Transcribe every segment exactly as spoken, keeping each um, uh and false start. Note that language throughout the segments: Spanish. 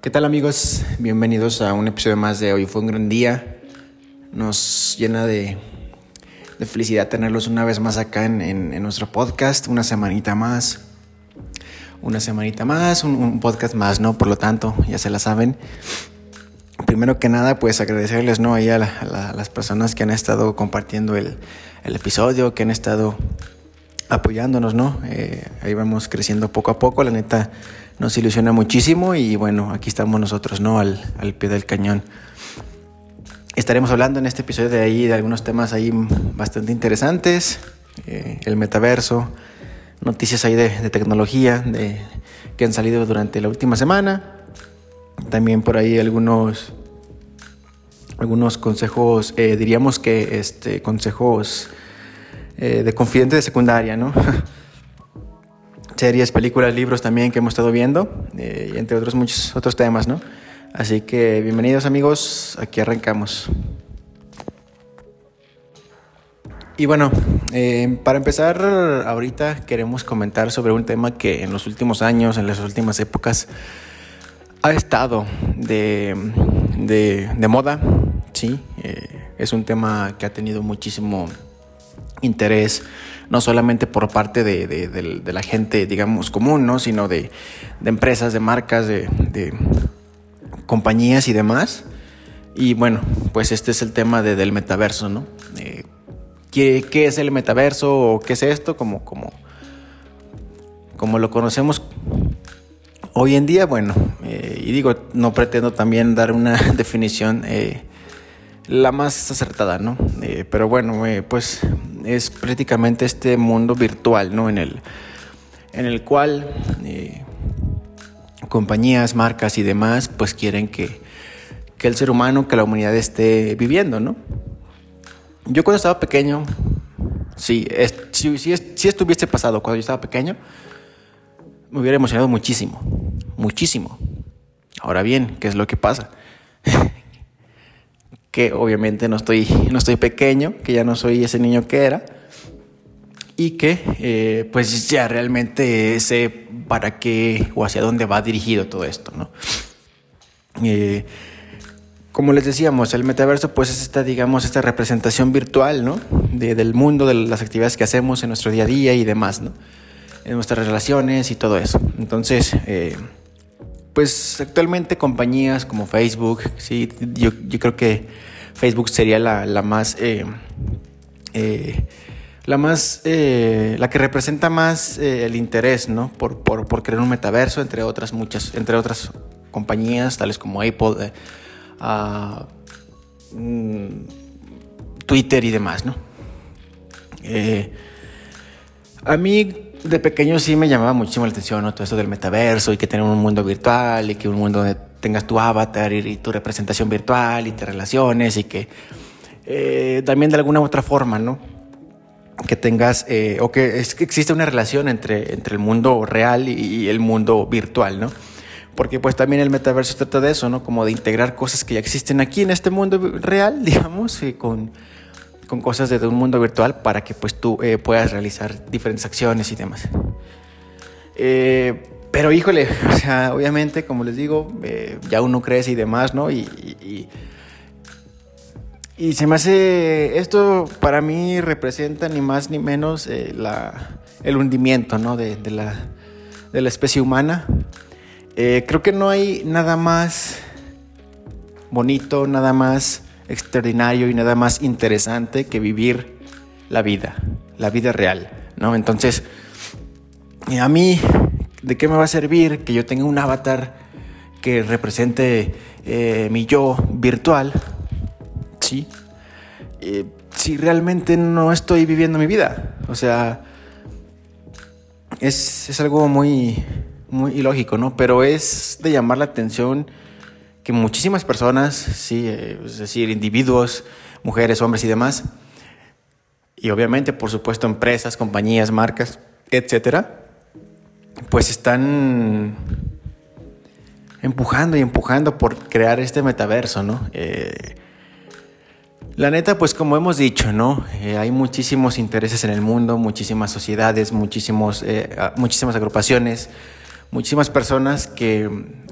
¿Qué tal, amigos? Bienvenidos a un episodio más de Hoy Fue un Gran Día. Nos llena de, de felicidad tenerlos una vez más acá en, en, en nuestro podcast, una semanita más, una semanita más, un, un podcast más, ¿no? Por lo tanto, ya se la saben. Primero que nada, pues agradecerles, ¿no? Ahí a, la, a, la, a las personas que han estado compartiendo el, el episodio, que han estado apoyándonos, ¿no? Eh, ahí vamos creciendo poco a poco, la neta nos ilusiona muchísimo y bueno, aquí estamos nosotros, ¿no? Al, al pie del cañón. Estaremos hablando en este episodio de ahí de algunos temas ahí bastante interesantes, eh, el metaverso, noticias ahí de, de tecnología de, que han salido durante la última semana, también por ahí algunos, algunos consejos, eh, diríamos que este, consejos eh, de confidente de secundaria, ¿no? Series, películas, libros también que hemos estado viendo, eh, y entre otros muchos otros temas, ¿no? Así que bienvenidos, amigos, aquí arrancamos. Y bueno, eh, para empezar, ahorita queremos comentar sobre un tema que en los últimos años, en las últimas épocas, ha estado de, de, de moda, ¿sí? Eh, es un tema que ha tenido muchísimo interés, no solamente por parte de, de, de, de la gente, digamos, común, ¿no? Sino de, de empresas, de marcas, de, de compañías y demás. Y bueno, pues este es el tema de, del metaverso, ¿no? Eh, ¿qué, ¿Qué es el metaverso o qué es esto? Como, como, como lo conocemos hoy en día, bueno, eh, y digo, no pretendo también dar una definición eh, la más acertada, ¿no? Eh, pero bueno, eh, pues es prácticamente este mundo virtual, ¿no? En el, en el cual eh, compañías, marcas y demás, pues quieren que, que el ser humano, que la humanidad esté viviendo, ¿no? Yo cuando estaba pequeño, sí, es, si, si, si esto hubiese pasado cuando yo estaba pequeño, me hubiera emocionado muchísimo, muchísimo. Ahora bien, ¿qué es lo que pasa? Que obviamente no estoy, no estoy pequeño, que ya no soy ese niño que era y que eh, pues ya realmente sé para qué o hacia dónde va dirigido todo esto, ¿no? Eh, como les decíamos, el metaverso pues es esta, digamos, esta representación virtual, ¿no? De, del mundo, de las actividades que hacemos en nuestro día a día y demás, ¿no? En nuestras relaciones y todo eso. Entonces, eh, pues actualmente compañías como Facebook, sí, yo, yo creo que Facebook sería la, la más, eh, eh, la más, eh, la que representa más eh, el interés, ¿no? Por, por, por crear un metaverso, entre otras muchas, entre otras compañías tales como Apple, eh, uh, mm, Twitter y demás, ¿no? Eh, a mí de pequeño sí me llamaba muchísimo la atención, ¿no? Todo esto del metaverso y que tener un mundo virtual y que un mundo donde tengas tu avatar y, y tu representación virtual y te relaciones y que eh, también de alguna u otra forma, ¿no? Que tengas eh, o que, es que existe una relación entre, entre el mundo real y, y el mundo virtual, ¿no? Porque pues también el metaverso trata de eso, ¿no? Como de integrar cosas que ya existen aquí en este mundo real, digamos, y con... con cosas de un mundo virtual para que pues tú eh, puedas realizar diferentes acciones y demás. Eh, pero híjole, o sea, obviamente, como les digo, eh, ya uno crece y demás, ¿no? Y, y, y, y se me hace, esto para mí representa ni más ni menos eh, la, el hundimiento, ¿no? De, de, la, de la especie humana. Eh, creo que no hay nada más bonito, nada más extraordinario y nada más interesante que vivir la vida, la vida real, ¿no? Entonces, a mí, ¿de qué me va a servir que yo tenga un avatar que represente eh, mi yo virtual, ¿sí? Eh, si realmente no estoy viviendo mi vida. O sea, es, es algo muy, muy ilógico, ¿no? Pero es de llamar la atención que muchísimas personas, sí, es decir, individuos, mujeres, hombres y demás, y obviamente, por supuesto, empresas, compañías, marcas, etcétera, pues están empujando y empujando por crear este metaverso, ¿no? Eh, la neta, pues como hemos dicho, ¿no? Eh, hay muchísimos intereses en el mundo, muchísimas sociedades, muchísimos, eh, muchísimas agrupaciones, muchísimas personas que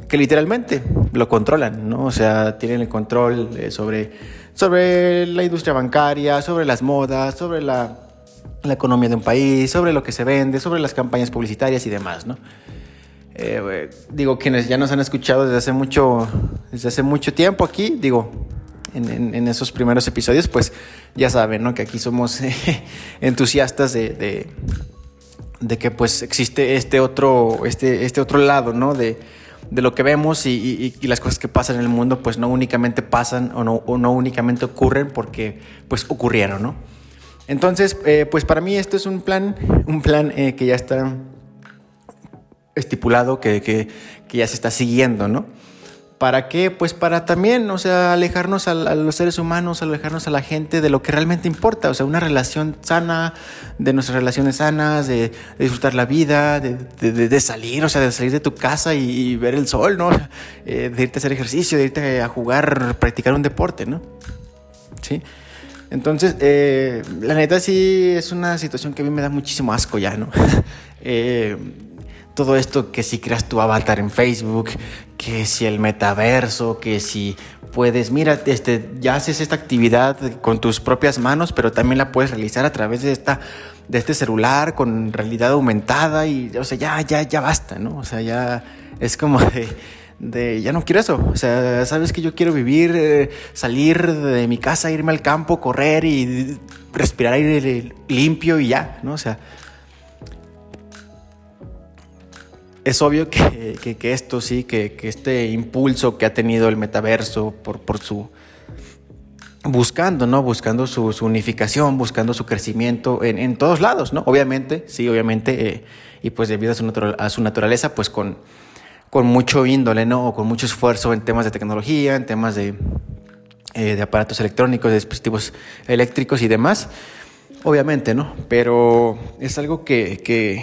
que literalmente lo controlan, ¿no? O sea, tienen el control eh, sobre, sobre la industria bancaria, sobre las modas, sobre la, la economía de un país, sobre lo que se vende, sobre las campañas publicitarias y demás, ¿no? Eh, digo, quienes ya nos han escuchado desde hace mucho, desde hace mucho tiempo aquí, digo, en, en, en esos primeros episodios, pues ya saben, ¿no? Que aquí somos eh, entusiastas de, de, de que pues existe este otro, este, este otro lado, ¿no? De, de lo que vemos y, y, y las cosas que pasan en el mundo, pues no únicamente pasan o no, o no únicamente ocurren porque pues ocurrieron, ¿no? Entonces, eh, pues para mí esto es un plan, un plan eh, que ya está estipulado, que, que, que ya se está siguiendo, ¿no? ¿Para qué? Pues para también, o sea, alejarnos a, a los seres humanos, alejarnos a la gente de lo que realmente importa, o sea, una relación sana, de nuestras relaciones sanas, de, de disfrutar la vida, de, de, de salir, o sea, de salir de tu casa y, y ver el sol, ¿no? Eh, de irte a hacer ejercicio, de irte a jugar, practicar un deporte, ¿no? ¿Sí? Entonces, eh, la neta sí es una situación que a mí me da muchísimo asco ya, ¿no? eh... Todo esto, que si creas tu avatar en Facebook, que si el metaverso, que si puedes, mira, este, ya haces esta actividad con tus propias manos, pero también la puedes realizar a través de esta, de este celular con realidad aumentada y, o sea, ya, ya, ya basta, ¿no? O sea, ya es como de, de ya no quiero eso. O sea, sabes que yo quiero vivir, eh, salir de mi casa, irme al campo, correr y respirar aire limpio y ya, ¿no? O sea, es obvio que, que, que esto sí, que, que este impulso que ha tenido el metaverso por, por su... buscando, ¿no? Buscando su, su unificación, buscando su crecimiento en, en todos lados, ¿no? Obviamente, sí, obviamente, eh, y pues debido a su, natural, a su naturaleza, pues con, con mucho índole, ¿no? O con mucho esfuerzo en temas de tecnología, en temas de, eh, de aparatos electrónicos, de dispositivos eléctricos y demás, obviamente, ¿no? Pero es algo que... que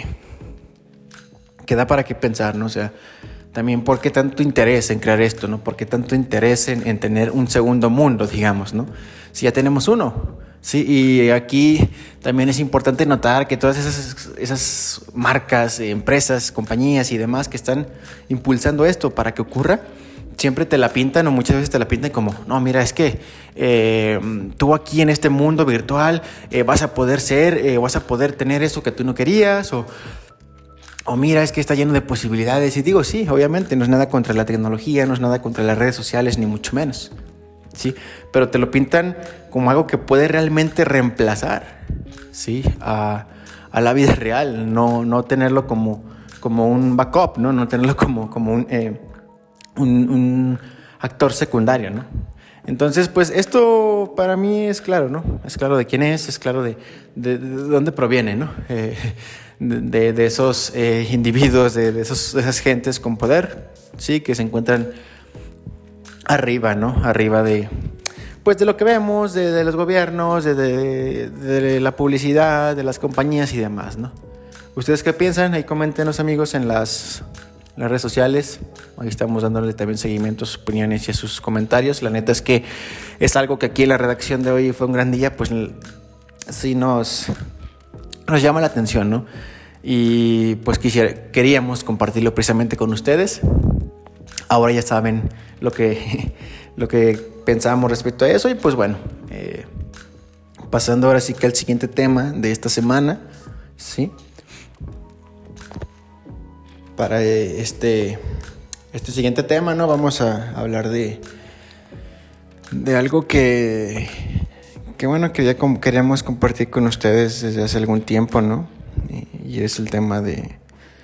que da para qué pensar, ¿no? O sea, también por qué tanto interés en crear esto, ¿no? Por qué tanto interés en, en tener un segundo mundo, digamos, ¿no? Si ya tenemos uno, ¿sí? Y aquí también es importante notar que todas esas, esas marcas, empresas, compañías y demás que están impulsando esto para que ocurra, siempre te la pintan o muchas veces te la pintan como, no, mira, es que eh, tú aquí en este mundo virtual eh, vas a poder ser, eh, vas a poder tener eso que tú no querías o... O mira, es que está lleno de posibilidades. Y digo, sí, obviamente, no es nada contra la tecnología, no es nada contra las redes sociales, ni mucho menos. ¿Sí? Pero te lo pintan como algo que puede realmente reemplazar, ¿sí? a, a la vida real. No, no tenerlo como, como un backup, ¿no? No tenerlo como, como un, eh, un, un actor secundario, ¿no? Entonces, pues esto para mí es claro, ¿no? Es claro de quién es, es claro de, de, de dónde proviene, ¿no? Eh, de, de esos eh, individuos, de, de, esos, de esas gentes con poder, sí, que se encuentran arriba, ¿no? Arriba de, pues de lo que vemos, de, de los gobiernos, de, de, de la publicidad, de las compañías y demás, ¿no? ¿Ustedes qué piensan? Ahí coméntenos, amigos, en las, las redes sociales. Ahí estamos dándole también seguimiento a sus opiniones y a sus comentarios. La neta es que es algo que aquí en la redacción de hoy fue un gran día, pues sí nos... nos llama la atención, ¿no? Y pues quisiera, queríamos compartirlo precisamente con ustedes. Ahora ya saben lo que, lo que pensábamos respecto a eso. Y pues bueno, eh, pasando ahora sí que al siguiente tema de esta semana, ¿sí? Para este, este siguiente tema, ¿no? Vamos a hablar de, de algo que... que bueno, que ya queríamos compartir con ustedes desde hace algún tiempo, ¿no? Y, y es el tema de,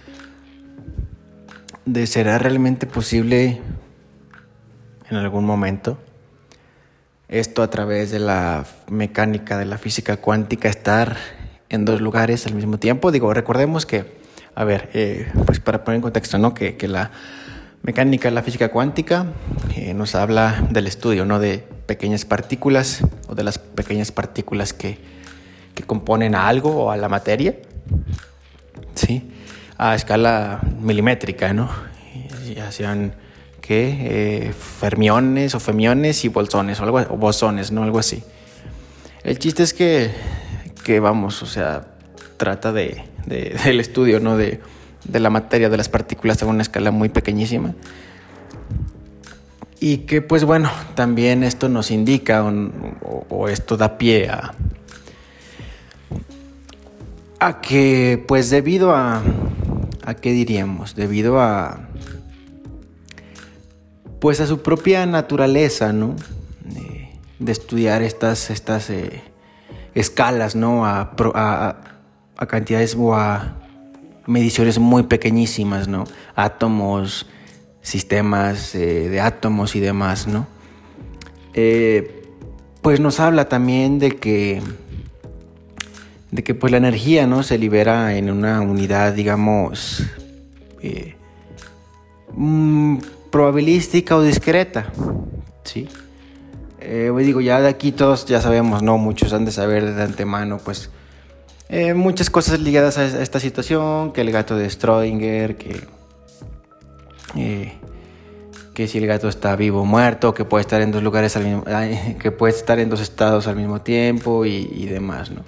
de ¿será realmente posible en algún momento esto a través de la mecánica, de la física cuántica, estar en dos lugares al mismo tiempo? Digo, recordemos que, a ver, eh, pues para poner en contexto, ¿no? Que, que la mecánica, la física cuántica eh, nos habla del estudio, ¿no? De pequeñas partículas o de las pequeñas partículas que, que componen a algo o a la materia, ¿sí? A escala milimétrica, ¿no? Ya sean ¿qué? Eh, fermiones o femiones y bolsones o, algo, o bosones, ¿no? Algo así. El chiste es que, que vamos, o sea, trata de, de, del estudio, ¿no? De, de la materia, de las partículas a una escala muy pequeñísima. Y que pues bueno, también esto nos indica o, o, o esto da pie a, a que pues debido a, ¿a qué diríamos? Debido a pues a su propia naturaleza, ¿no? De, de estudiar estas, estas eh, escalas, ¿no? A, a, a cantidades o a mediciones muy pequeñísimas, ¿no? Átomos, sistemas eh, de átomos y demás, ¿no? Eh, pues nos habla también de que, de que pues la energía, ¿no? Se libera en una unidad, digamos, eh, mmm, probabilística o discreta, ¿sí? Eh, pues digo, ya de aquí todos ya sabemos, ¿no? Muchos han de saber de antemano, pues, eh, muchas cosas ligadas a esta situación, que el gato de Schrödinger, que... Eh, que si el gato está vivo o muerto, que puede estar en dos lugares al mismo, que puede estar en dos estados al mismo tiempo y, y demás, ¿no?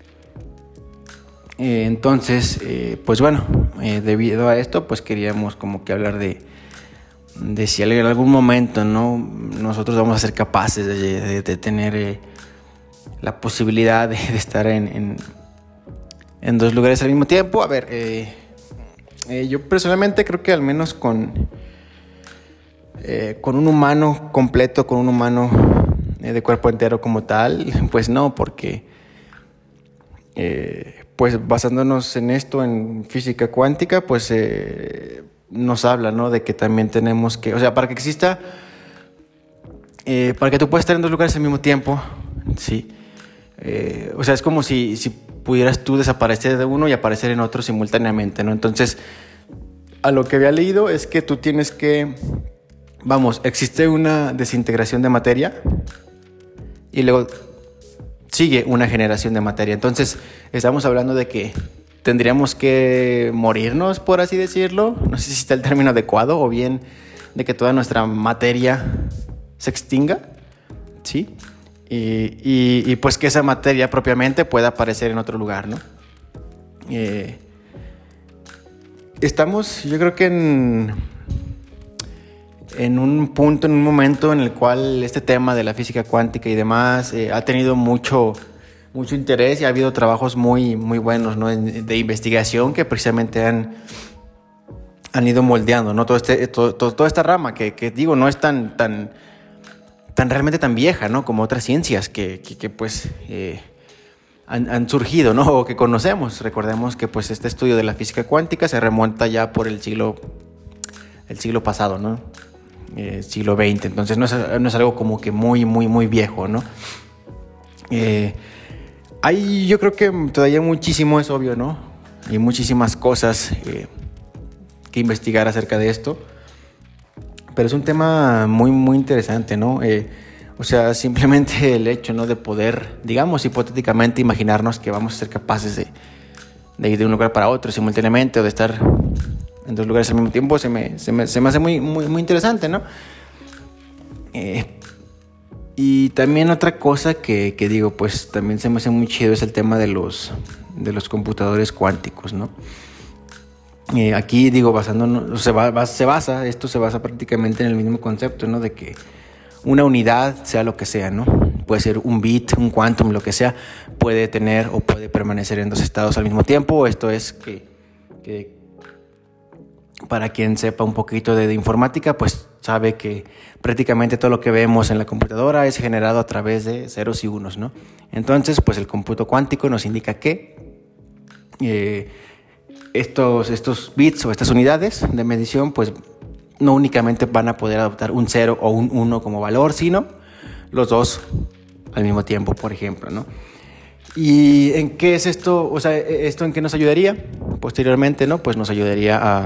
Eh, entonces, eh, pues bueno, eh, debido a esto, pues queríamos como que hablar de, de si en algún momento, ¿no? Nosotros vamos a ser capaces de, de, de tener eh, la posibilidad de, de estar en, en, en dos lugares al mismo tiempo. A ver, eh, eh, yo personalmente creo que al menos con, eh, con un humano completo, con un humano eh, de cuerpo entero como tal, pues no, porque eh, pues basándonos en esto, en física cuántica, pues eh, nos habla, ¿no? De que también tenemos que, o sea, para que exista, eh, para que tú puedas estar en dos lugares al mismo tiempo, sí. Eh, o sea, es como si, si pudieras tú desaparecer de uno y aparecer en otro simultáneamente, ¿no? Entonces, a lo que había leído es que tú tienes que, vamos, existe una desintegración de materia y luego sigue una generación de materia. Entonces, estamos hablando de que tendríamos que morirnos, por así decirlo. No sé si está el término adecuado, o bien de que toda nuestra materia se extinga, ¿sí? Y, y, y pues que esa materia propiamente pueda aparecer en otro lugar, ¿no? Eh, estamos, yo creo que en, en un punto, en un momento en el cual este tema de la física cuántica y demás eh, ha tenido mucho, mucho interés y ha habido trabajos muy, muy buenos, ¿no? De investigación que precisamente han, han ido moldeando, ¿no? Todo este, todo, todo, toda esta rama que, que digo, no es tan... tan tan realmente tan vieja, ¿no? Como otras ciencias que, que, que pues eh, han, han surgido, ¿no? O que conocemos. Recordemos que pues este estudio de la física cuántica se remonta ya por el siglo, el siglo pasado, ¿no? Eh, siglo veinte. Entonces no es, no es algo como que muy, muy, muy viejo, ¿no? Eh, hay, yo creo que todavía muchísimo, es obvio, ¿no? Hay muchísimas cosas eh, que investigar acerca de esto. Pero es un tema muy, muy interesante, ¿no? Eh, o sea, simplemente el hecho, ¿no? De poder, digamos, hipotéticamente imaginarnos que vamos a ser capaces de, de ir de un lugar para otro simultáneamente o de estar en dos lugares al mismo tiempo, se me, se me, se me hace muy, muy, muy interesante, ¿no? Eh, y también otra cosa que, que digo, pues también se me hace muy chido es el tema de los, de los computadores cuánticos, ¿no? Eh, aquí digo, basándonos, se, va, se basa, esto se basa prácticamente en el mismo concepto, ¿no? De que una unidad, sea lo que sea, ¿no? Puede ser un bit, un quantum, lo que sea, puede tener o puede permanecer en dos estados al mismo tiempo. Esto es que, que para quien sepa un poquito de, de informática, pues sabe que prácticamente todo lo que vemos en la computadora es generado a través de ceros y unos, ¿no? Entonces, pues el cómputo cuántico nos indica que eh, Estos, estos bits o estas unidades de medición pues no únicamente van a poder adoptar un cero o un uno como valor, sino los dos al mismo tiempo, por ejemplo, ¿no? ¿Y en qué es esto? O sea, ¿esto en qué nos ayudaría? Posteriormente, ¿no? Pues nos ayudaría a,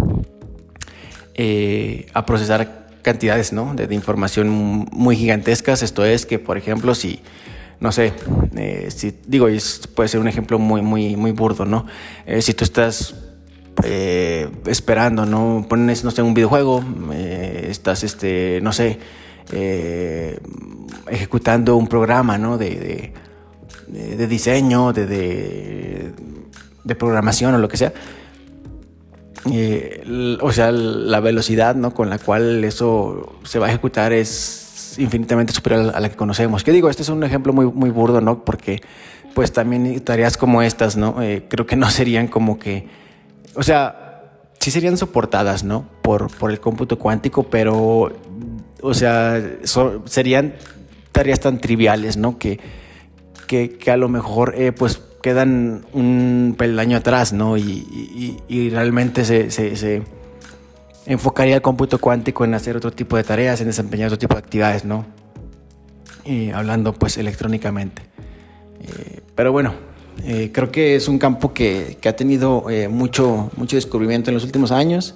eh, a procesar cantidades, ¿no? de, de información muy gigantescas. Esto es que, por ejemplo, si... No sé, eh, si, digo, es, puede ser un ejemplo muy, muy, muy burdo, ¿no? Eh, si tú estás eh, esperando, ¿no? Pones, no sé, un videojuego, eh, estás, este, no sé, eh, ejecutando un programa, ¿no? De, de, de diseño, de, de, de programación o lo que sea. eh, l- o sea, la velocidad, ¿no?, con la cual eso se va a ejecutar es infinitamente superior a la que conocemos. ¿Qué digo? Este es un ejemplo muy, muy burdo, ¿no? Porque pues también tareas como estas, ¿no? Eh, creo que no serían como que, o sea, sí serían soportadas, ¿no?, por, por el cómputo cuántico, pero, o sea, so, serían tareas tan triviales, ¿no?, que, que, que a lo mejor eh, pues quedan un peldaño atrás, ¿no? Y, y, y realmente se, se, se enfocaría el cómputo cuántico en hacer otro tipo de tareas, en desempeñar otro tipo de actividades, ¿no? Y hablando pues electrónicamente. Eh, pero bueno, eh, creo que es un campo que, que ha tenido eh, mucho, mucho descubrimiento en los últimos años.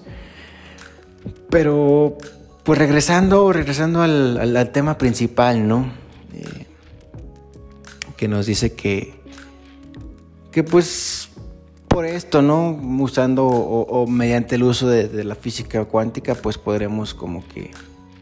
Pero pues regresando, regresando al, al, al tema principal, ¿no? Eh, que nos dice que, que pues por esto, ¿no?, usando o, o mediante el uso de, de la física cuántica, pues podremos como que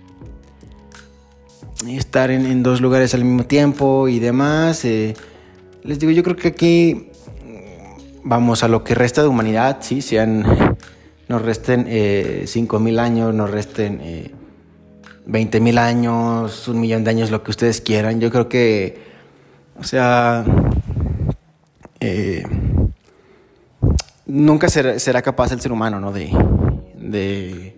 estar en, en dos lugares al mismo tiempo y demás. Eh, les digo, yo creo que aquí vamos a lo que resta de humanidad, sí, sean, nos resten eh, cinco mil años, nos resten eh, veinte mil años, un millón de años, lo que ustedes quieran. Yo creo que, o sea, eh, nunca será, será capaz el ser humano, ¿no?, de, de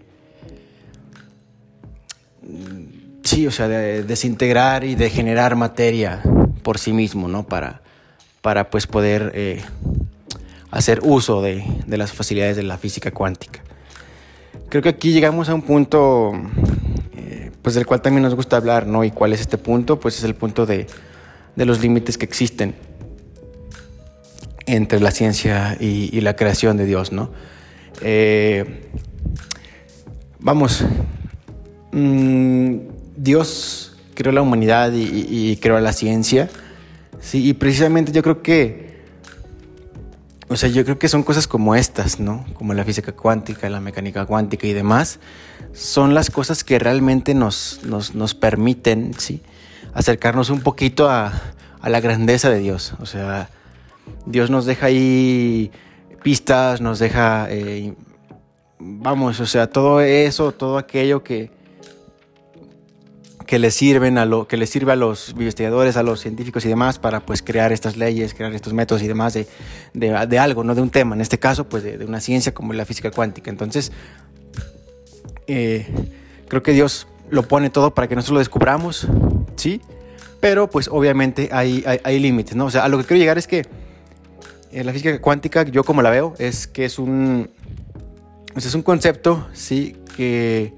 sí, o sea, de desintegrar y de generar materia por sí mismo, ¿no?, para, para pues poder eh, hacer uso de, de las facilidades de la física cuántica. Creo que aquí llegamos a un punto eh, pues del cual también nos gusta hablar, ¿no? ¿Y cuál es este punto? Pues es el punto de, de los límites que existen entre la ciencia y, y la creación de Dios, ¿no? Eh, vamos, mmm, Dios creó la humanidad y, y, y creó la ciencia, sí, y precisamente yo creo que, o sea, yo creo que son cosas como estas, ¿no?, como la física cuántica, la mecánica cuántica y demás, son las cosas que realmente nos, nos, nos permiten, sí, acercarnos un poquito a, a la grandeza de Dios. O sea, Dios nos deja ahí pistas, nos deja, eh, vamos, o sea, todo eso, todo aquello que que le sirven a lo que le sirve a los investigadores, a los científicos y demás para pues crear estas leyes, crear estos métodos y demás de, de, de algo, no de un tema, en este caso pues de, de una ciencia como la física cuántica. Entonces eh, creo que Dios lo pone todo para que nosotros lo descubramos, sí, pero pues obviamente hay, hay, hay límites, ¿no? O sea, a lo que quiero llegar es que eh, la física cuántica, yo como la veo, es que es un, o sea, es un concepto, sí, que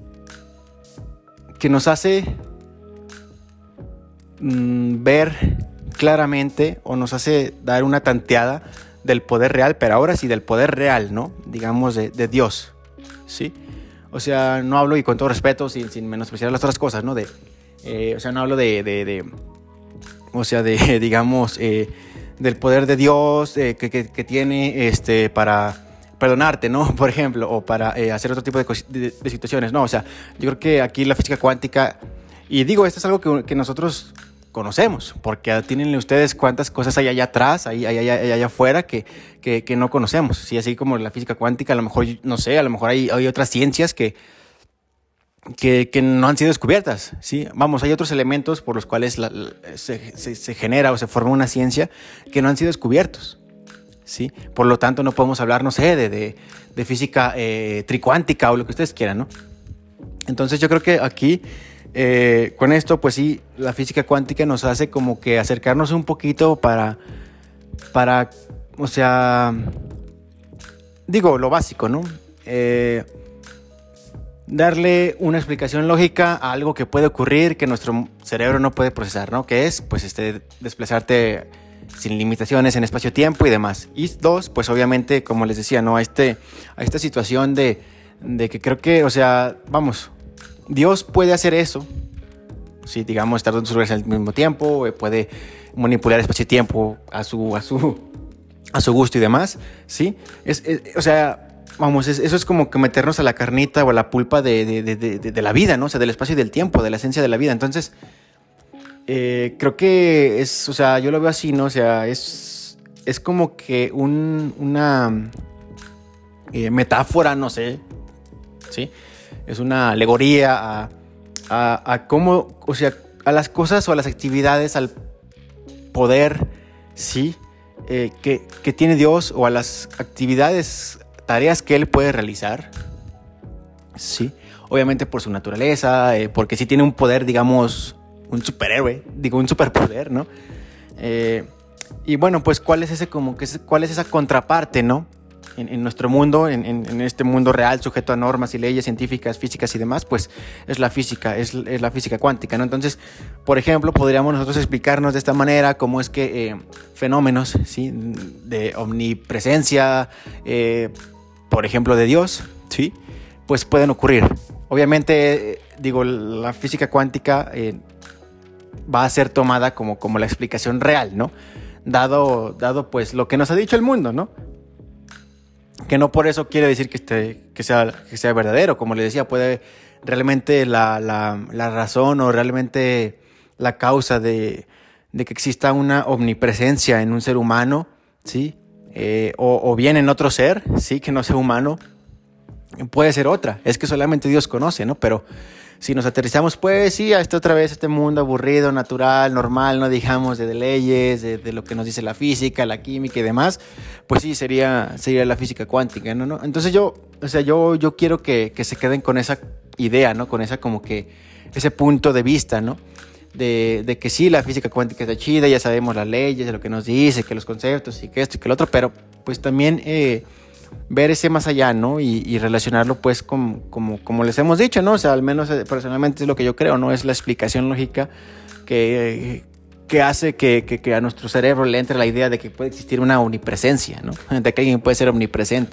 que nos hace mmm, ver claramente o nos hace dar una tanteada del poder real, pero ahora sí del poder real, ¿no? Digamos de, de Dios, ¿sí? O sea, no hablo, y con todo respeto, sin, sin menospreciar las otras cosas, ¿no? De, eh, o sea, no hablo de, de, de o sea, de, digamos, eh, del poder de Dios eh, que, que, que tiene este, para perdonarte, ¿no? Por ejemplo, o para eh, hacer otro tipo de, de, de situaciones, ¿no? O sea, yo creo que aquí la física cuántica, y digo, esto es algo que, que nosotros conocemos, porque tienen ustedes cuántas cosas hay allá atrás, hay, hay, hay, hay allá afuera que, que, que no conocemos, ¿sí? Así como la física cuántica, a lo mejor, no sé, a lo mejor hay, hay otras ciencias que, que, que no han sido descubiertas, ¿sí? Vamos, hay otros elementos por los cuales la, la, se, se, se genera o se forma una ciencia que no han sido descubiertos, ¿sí? Por lo tanto, no podemos hablar, no sé, de, de, de física eh, tricuántica o lo que ustedes quieran, ¿no? Entonces yo creo que aquí, eh, con esto, pues sí, la física cuántica nos hace como que acercarnos un poquito para, para o sea, digo, lo básico, ¿no? Eh, darle una explicación lógica a algo que puede ocurrir, que nuestro cerebro no puede procesar, ¿no? Que es, pues, este, desplazarte sin limitaciones en espacio-tiempo y demás. Y dos, pues obviamente, como les decía, ¿no? A, este, a esta situación de, de que creo que, o sea, vamos, Dios puede hacer eso, sí, digamos, estar dos lugares al mismo tiempo, puede manipular espacio-tiempo a su, a su, a su gusto y demás, ¿sí? Es, es, o sea, vamos, es, eso es como que meternos a la carnita o a la pulpa de, de, de, de, de la vida, ¿no? O sea, del espacio y del tiempo, de la esencia de la vida. Entonces, Eh, creo que es, o sea, yo lo veo así, ¿no? O sea, es, es como que un, una, eh, metáfora, no sé, ¿sí? Es una alegoría a, a, a cómo, o sea, a las cosas o a las actividades, al poder, ¿sí? Eh, que, que tiene Dios, o a las actividades, tareas que Él puede realizar, ¿sí? Obviamente por su naturaleza, eh, porque sí tiene un poder, digamos, un superhéroe, digo, un superpoder, ¿no? Eh, y bueno, pues cuál es ese como que cuál es esa contraparte, ¿no? En, en nuestro mundo, en, en, en este mundo real, sujeto a normas y leyes científicas, físicas y demás, pues es la física, es, es la física cuántica, ¿no? Entonces, por ejemplo, podríamos nosotros explicarnos de esta manera cómo es que eh, fenómenos, ¿sí? De omnipresencia, eh, por ejemplo, de Dios, ¿sí? Pues pueden ocurrir. Obviamente, eh, digo, la física cuántica eh, va a ser tomada como, como la explicación real, ¿no? Dado, dado pues lo que nos ha dicho el mundo, ¿no? Que no por eso quiere decir que, esté, que, sea, que sea verdadero. Como les decía, puede realmente la, la, la razón o realmente la causa de, de que exista una omnipresencia en un ser humano, ¿sí? Eh, o, o bien en otro ser, ¿sí? Que no sea humano, puede ser otra. Es que solamente Dios conoce, ¿no? Pero si nos aterrizamos, pues sí, a este otra vez, este mundo aburrido, natural, normal, no digamos de, de leyes, de, de lo que nos dice la física, la química y demás, pues sí, sería, sería la física cuántica, ¿no? ¿no? Entonces yo, o sea, yo, yo quiero que, que se queden con esa idea, ¿no? Con esa como que, ese punto de vista, ¿no? De, de que sí, la física cuántica está chida, ya sabemos las leyes, de lo que nos dice, que los conceptos y que esto y que lo otro, pero pues también eh, ver ese más allá, ¿no? Y, y relacionarlo pues con, como, como les hemos dicho, ¿no? O sea, al menos personalmente es lo que yo creo, ¿no? Es la explicación lógica que, que hace que, que, que a nuestro cerebro le entre la idea de que puede existir una omnipresencia, ¿no? De que alguien puede ser omnipresente.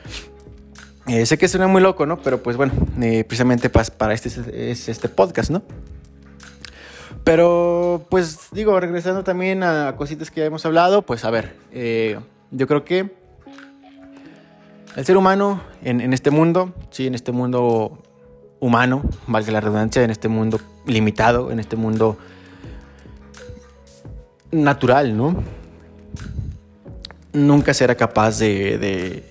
Eh, sé que suena muy loco, ¿no? Pero pues bueno, eh, precisamente para, para este es este podcast, ¿no? Pero pues digo, regresando también a cositas que ya hemos hablado, pues a ver, eh, yo creo que el ser humano en, en este mundo, sí, en este mundo humano, valga la redundancia, en este mundo limitado, en este mundo natural, ¿no? Nunca será capaz de, de,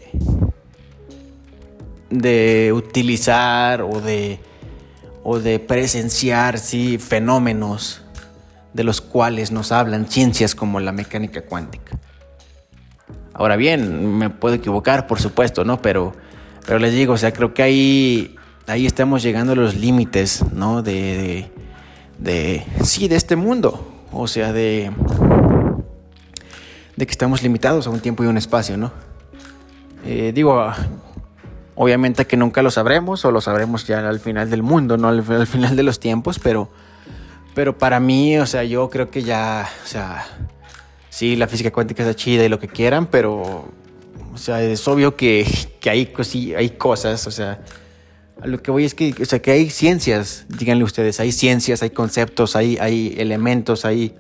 de utilizar o de, o de presenciar, sí, fenómenos de los cuales nos hablan ciencias como la mecánica cuántica. Ahora bien, me puedo equivocar, por supuesto, ¿no? Pero, pero les digo, o sea, creo que ahí, ahí estamos llegando a los límites, ¿no? De, de, de, sí, de este mundo. O sea, de, de que estamos limitados a un tiempo y un espacio, ¿no? Eh, digo, obviamente que nunca lo sabremos, o lo sabremos ya al final del mundo, ¿no? Al, al final de los tiempos, pero, pero para mí, o sea, yo creo que ya, o sea... Sí, la física cuántica está chida y lo que quieran, pero, o sea, es obvio que, que hay, cosi, hay cosas, o sea, a lo que voy es que, o sea, que hay ciencias, díganle ustedes, hay ciencias, hay conceptos, hay, hay elementos, hay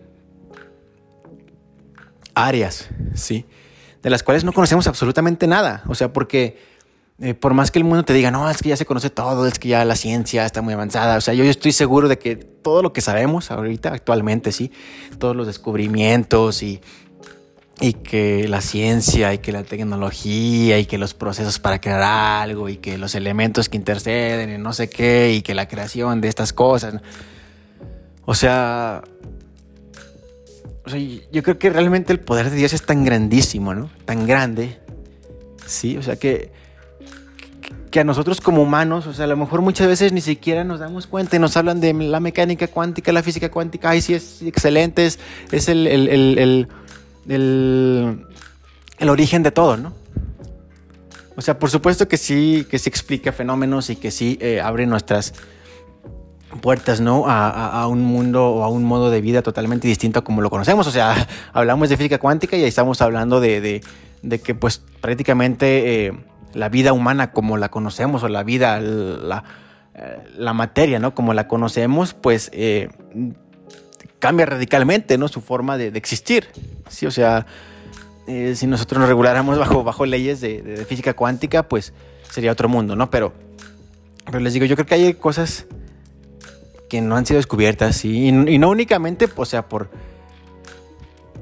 áreas, ¿sí? De las cuales no conocemos absolutamente nada, o sea, porque eh, por más que el mundo te diga, no, es que ya se conoce todo, es que ya la ciencia está muy avanzada, o sea, yo, yo estoy seguro de que todo lo que sabemos ahorita, actualmente, sí, todos los descubrimientos y, y que la ciencia y que la tecnología y que los procesos para crear algo y que los elementos que interceden y no sé qué y que la creación de estas cosas, o sea, o sea, yo creo que realmente el poder de Dios es tan grandísimo, ¿no? Tan grande, sí, o sea que que a nosotros como humanos, o sea, a lo mejor muchas veces ni siquiera nos damos cuenta y nos hablan de la mecánica cuántica, la física cuántica, ay, sí, es excelente, es, es el, el, el, el, el, el origen de todo, ¿no? O sea, por supuesto que sí, que sí explica fenómenos y que sí eh, abre nuestras puertas, ¿no? A, a, a un mundo o a un modo de vida totalmente distinto a como lo conocemos. O sea, hablamos de física cuántica y ahí estamos hablando de, de, de que pues prácticamente... Eh, la vida humana como la conocemos, o la vida, la, la materia, ¿no? Como la conocemos, pues eh, cambia radicalmente, ¿no? Su forma de, de existir, ¿sí? O sea, eh, si nosotros nos reguláramos bajo, bajo leyes de, de física cuántica, pues sería otro mundo, ¿no? Pero, pero les digo, yo creo que hay cosas que no han sido descubiertas, ¿sí? Y, y no únicamente, o sea, por...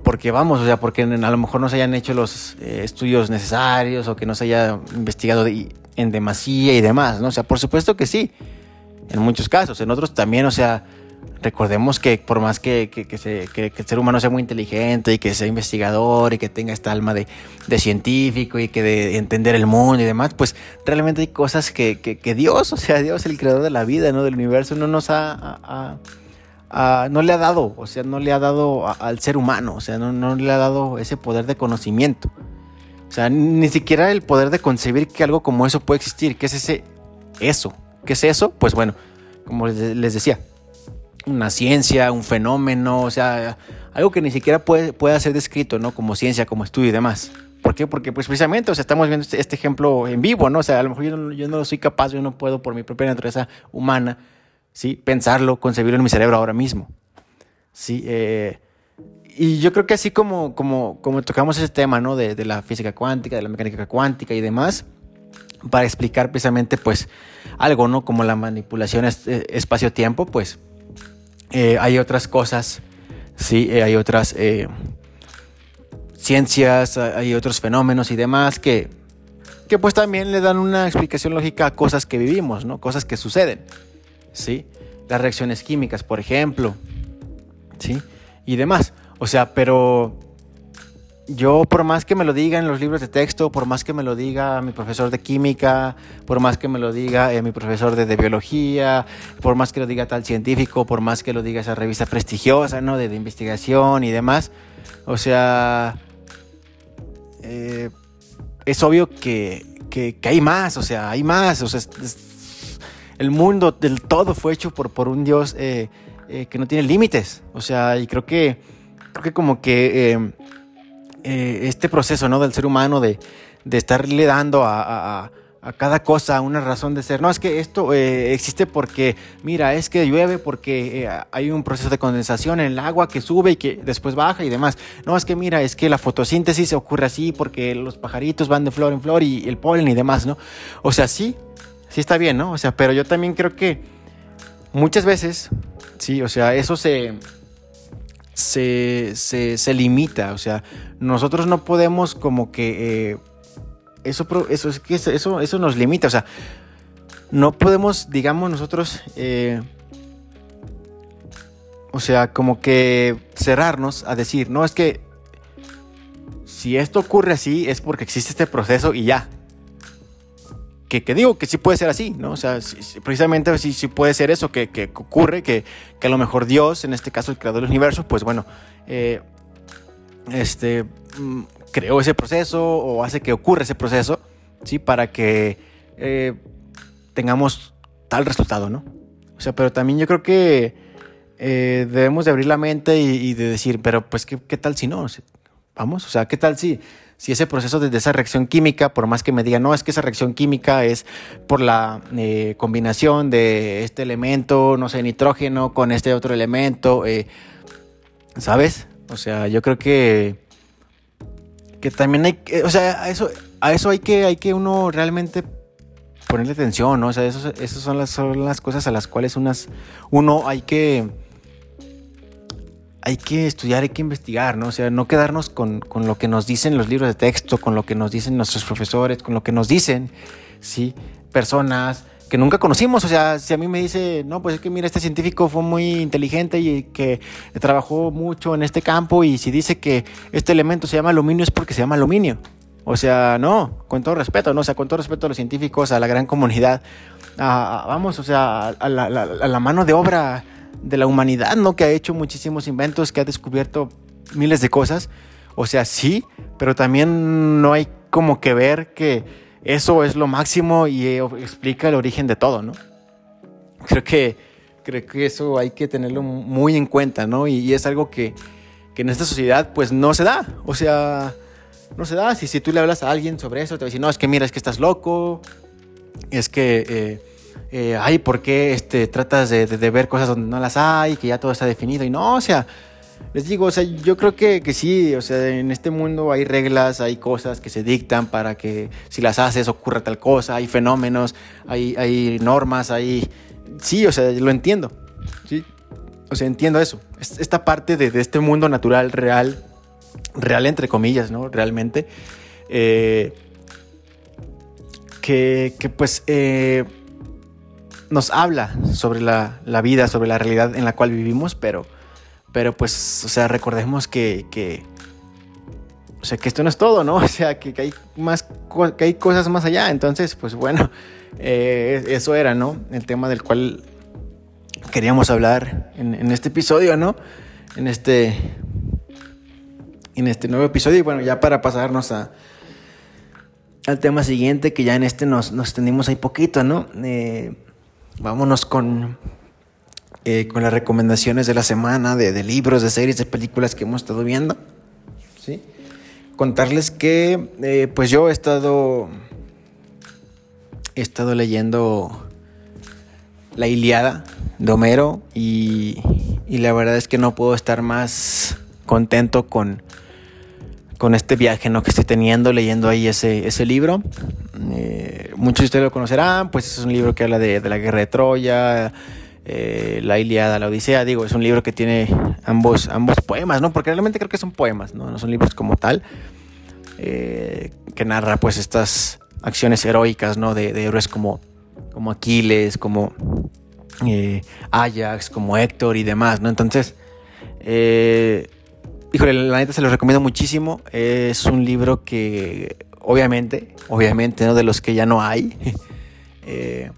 porque vamos, o sea, porque a lo mejor no se hayan hecho los eh, estudios necesarios o que no se haya investigado de, en demasía y demás, ¿no? O sea, por supuesto que sí, en muchos casos, en otros también, o sea, recordemos que por más que, que, que, se, que, que el ser humano sea muy inteligente y que sea investigador y que tenga esta alma de, de científico y que de entender el mundo y demás, pues realmente hay cosas que, que, que Dios, o sea, Dios, el creador de la vida, ¿no? Del universo, no nos ha... a, a, a, no le ha dado, o sea, no le ha dado a, al ser humano, o sea, no, no le ha dado ese poder de conocimiento. O sea, ni siquiera el poder de concebir que algo como eso puede existir. ¿Qué es ese eso? ¿Qué es eso? Pues bueno, como les, les decía, una ciencia, un fenómeno, o sea, algo que ni siquiera puede, puede ser descrito, ¿no? Como ciencia, como estudio y demás. ¿Por qué? Porque pues precisamente, o sea, estamos viendo este, este ejemplo en vivo, ¿no? O sea, a lo mejor yo no, yo no soy capaz, yo no puedo por mi propia naturaleza humana, ¿sí? Pensarlo, concebirlo en mi cerebro ahora mismo, ¿sí? Eh, y yo creo que así como, como, como tocamos ese tema, ¿no? De, de la física cuántica, de la mecánica cuántica y demás, para explicar precisamente, pues, algo, ¿no? Como la manipulación es, eh, espacio-tiempo, pues, eh, hay otras cosas, ¿sí? Eh, hay otras eh, ciencias, hay otros fenómenos y demás que, que, pues, también le dan una explicación lógica a cosas que vivimos, ¿no? Cosas que suceden, ¿sí? Las reacciones químicas, por ejemplo, ¿sí? Y demás. O sea, pero yo por más que me lo diga en los libros de texto, por más que me lo diga mi profesor de química, por más que me lo diga eh, mi profesor de, de biología, por más que lo diga tal científico, por más que lo diga esa revista prestigiosa, ¿no? De, de investigación y demás, o sea, eh, es obvio que, que, que hay más, o sea, hay más, o sea, es, es, el mundo del todo fue hecho por, por un Dios eh, eh, que no tiene límites, o sea, y creo que Creo que como que eh, eh, este proceso, ¿no? Del ser humano de, de estarle dando a, a, a cada cosa una razón de ser. No, es que esto eh, existe porque, mira, es que llueve porque eh, hay un proceso de condensación en el agua que sube y que después baja y demás. No, es que mira, es que la fotosíntesis ocurre así porque los pajaritos van de flor en flor y el polen y demás, ¿no? O sea, sí, sí está bien, ¿no? O sea, pero yo también creo que muchas veces, sí, o sea, eso se... Se, se, se limita, o sea, nosotros no podemos como que eh, eso, eso, eso, eso nos limita, o sea, no podemos, digamos, nosotros, eh, o sea, como que cerrarnos a decir, no, es que si esto ocurre así es porque existe este proceso y ya. Que, que digo que sí puede ser así, ¿no? O sea, sí, precisamente sí, sí puede ser eso que, que ocurre, que, que a lo mejor Dios, en este caso el creador del universo, pues bueno, eh, este, mm, creó ese proceso o hace que ocurra ese proceso, ¿sí? Para que eh, tengamos tal resultado, ¿no? O sea, pero también yo creo que eh, debemos de abrir la mente y, y de decir, pero pues, ¿qué, qué tal si no? Vamos, o sea, ¿qué tal si... Si ese proceso de, de esa reacción química, por más que me digan, no, es que esa reacción química es por la eh, combinación de este elemento, no sé, nitrógeno con este otro elemento, eh, ¿sabes? O sea, yo creo que, que también hay, eh, o sea, a eso, a eso hay que, hay que uno realmente ponerle atención, ¿no? O sea, eso, esas son las, son las cosas a las cuales unas, uno hay que... Hay que estudiar, hay que investigar, ¿no? O sea, no quedarnos con, con lo que nos dicen los libros de texto, con lo que nos dicen nuestros profesores, con lo que nos dicen, ¿sí? Personas que nunca conocimos. O sea, si a mí me dice, no, pues es que mira, este científico fue muy inteligente y que trabajó mucho en este campo y si dice que este elemento se llama aluminio es porque se llama aluminio. O sea, no, con todo respeto, ¿no? O sea, con todo respeto a los científicos, a la gran comunidad, a, a, vamos, o sea, a la, la, a la mano de obra de la humanidad, ¿no? Que ha hecho muchísimos inventos, que ha descubierto miles de cosas. O sea, sí, pero también no hay como que ver que eso es lo máximo y eh, explica el origen de todo, ¿no? Creo que, creo que eso hay que tenerlo muy en cuenta, ¿no? Y, y es algo que, que en esta sociedad pues no se da. O sea, no se da. Si, si tú le hablas a alguien sobre eso, te va a decir, no, es que mira, es que estás loco, es que... Eh, Eh, ay, ¿por qué este, tratas de, de, de ver cosas donde no las hay, que ya todo está definido? Y no, o sea, les digo, o sea, yo creo que, que sí, o sea, en este mundo hay reglas, hay cosas que se dictan para que si las haces ocurra tal cosa, hay fenómenos, hay, hay normas, hay... Sí, o sea, lo entiendo, ¿sí? O sea, entiendo eso. Esta parte de, de este mundo natural, real, real entre comillas, ¿no? Realmente. Eh, que, que pues eh, nos habla sobre la, la vida, sobre la realidad en la cual vivimos, pero, pero pues, o sea, recordemos que, que, o sea, que esto no es todo, ¿no? O sea, que, que hay más, que hay cosas más allá. Entonces, pues bueno, eh, eso era, ¿no? El tema del cual queríamos hablar en, en este episodio, ¿no? En este, en este nuevo episodio. Y bueno, ya para pasarnos a al tema siguiente, que ya en este nos, nos extendimos ahí poquito, ¿no? Eh, vámonos con, eh, con las recomendaciones de la semana, de, de libros, de series, de películas que hemos estado viendo, ¿sí? Contarles que, eh, pues yo he estado, he estado leyendo La Ilíada de Homero y, y la verdad es que no puedo estar más contento con con este viaje, ¿no?, que estoy teniendo leyendo ahí ese, ese libro. Eh, muchos de ustedes lo conocerán, pues es un libro que habla de, de la guerra de Troya, eh, la Ilíada, la Odisea. Digo, es un libro que tiene ambos, ambos poemas, ¿no? Porque realmente creo que son poemas, ¿no? No son libros como tal, eh, que narra pues estas acciones heroicas, ¿no? De, de héroes como, como Aquiles, como eh, Ajax, como Héctor y demás, ¿no? Entonces, eh, híjole, la neta se los recomiendo muchísimo. Es un libro que obviamente, obviamente, ¿no?, de los que ya no hay. eh,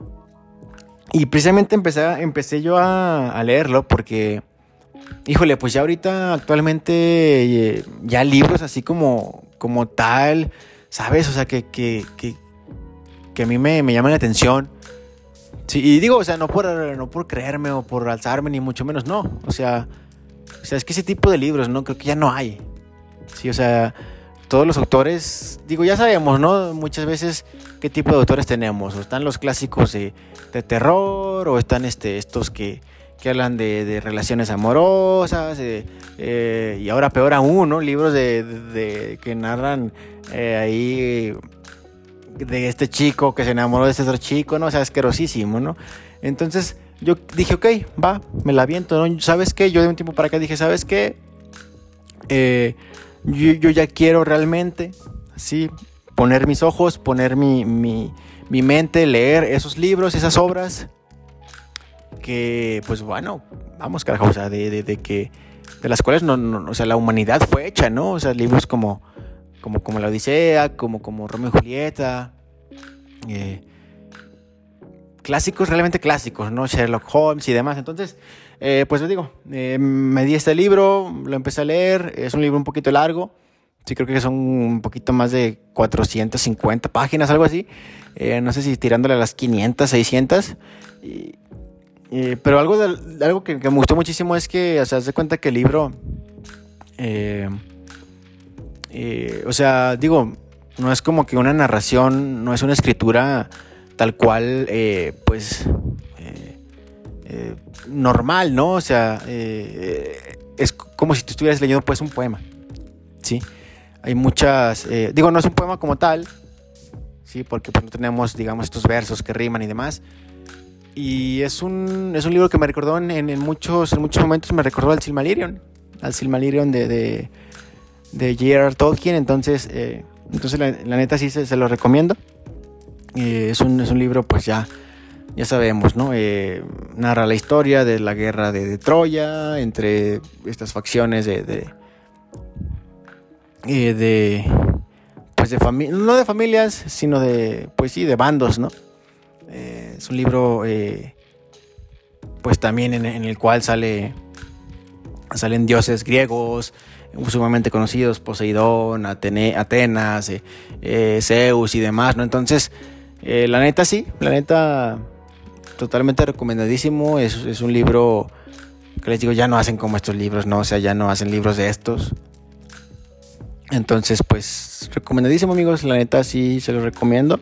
y precisamente empecé, empecé yo a, a leerlo porque, híjole, pues ya ahorita actualmente eh, ya libros así como, como tal, ¿sabes? O sea, que, que, que, que a mí me, me llaman la atención. Sí, y digo, o sea, no por, no por creerme o por alzarme, ni mucho menos, no. O sea... O sea, es que ese tipo de libros, ¿no? Creo que ya no hay. Sí, o sea, todos los autores, digo, ya sabemos, ¿no? Muchas veces qué tipo de autores tenemos. O están los clásicos de, de terror, o están este, estos que, que hablan de, de relaciones amorosas, eh, eh, y ahora peor aún, ¿no? Libros de, de, de que narran eh, ahí de este chico que se enamoró de este otro chico, ¿no? O sea, asquerosísimo, ¿no? Entonces yo dije, ok, va, me la aviento, ¿no? ¿Sabes qué? Yo de un tiempo para acá dije, ¿sabes qué? Eh, yo, yo ya quiero realmente, sí, poner mis ojos, poner mi, mi, mi mente, leer esos libros, esas obras, que, pues bueno, vamos, carajo, o sea, de, de, de que, de las cuales, no, no, o sea, la humanidad fue hecha, ¿no? O sea, libros como, como, como La Odisea, como, como Romeo y Julieta, eh, clásicos, realmente clásicos, ¿no? Sherlock Holmes y demás. Entonces, eh, pues les digo, eh, me di este libro, lo empecé a leer, es un libro un poquito largo, sí creo que son un poquito más de cuatrocientas cincuenta páginas, algo así, eh, no sé si tirándole a las quinientas, seiscientas, y, y, pero algo, de, algo que, que me gustó muchísimo es que, o sea, se cuenta que el libro, eh, eh, o sea, digo, no es como que una narración, no es una escritura tal cual, eh, pues, eh, eh, normal, ¿no? O sea, eh, es como si tú estuvieras leyendo, pues, un poema, ¿sí? Hay muchas, eh, digo, no es un poema como tal, ¿sí? Porque pues, no tenemos, digamos, estos versos que riman y demás. Y es un, es un libro que me recordó en, en, muchos, en muchos momentos, me recordó al Silmarillion, al Silmarillion de, de, de J R R Tolkien. Entonces, eh, entonces la, la neta sí se, se lo recomiendo. Eh, es, un, es un libro, pues ya, ya sabemos, ¿no? Eh, narra la historia de la guerra de, de Troya entre estas facciones de, de, eh, de pues de familias, no de familias, sino de, pues sí, de bandos, ¿no? Eh, es un libro, eh, pues también en, en el cual sale, salen dioses griegos sumamente conocidos, Poseidón, Atene, Atenas, eh, eh, Zeus y demás, ¿no? Entonces, Eh, la neta sí, la neta totalmente recomendadísimo. Es, es un libro que les digo, ya no hacen como estos libros, ¿no? O sea, ya no hacen libros de estos. Entonces, pues, recomendadísimo, amigos. La neta sí se los recomiendo.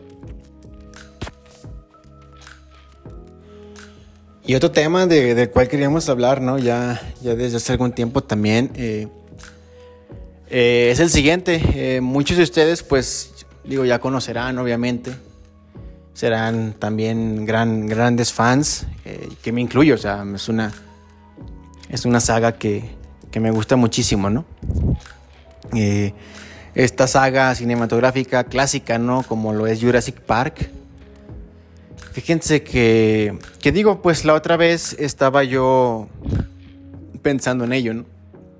Y otro tema de, del cual queríamos hablar, ¿no? Ya, ya desde hace algún tiempo también. Eh, eh, es el siguiente. Eh, muchos de ustedes, pues, digo, ya conocerán, obviamente. Serán también gran, grandes fans, eh, que me incluyo, o sea, es una, es una saga que, que me gusta muchísimo, ¿no? Eh, esta saga cinematográfica clásica, ¿no? Como lo es Jurassic Park. Fíjense que, que digo, pues la otra vez estaba yo pensando en ello, ¿no?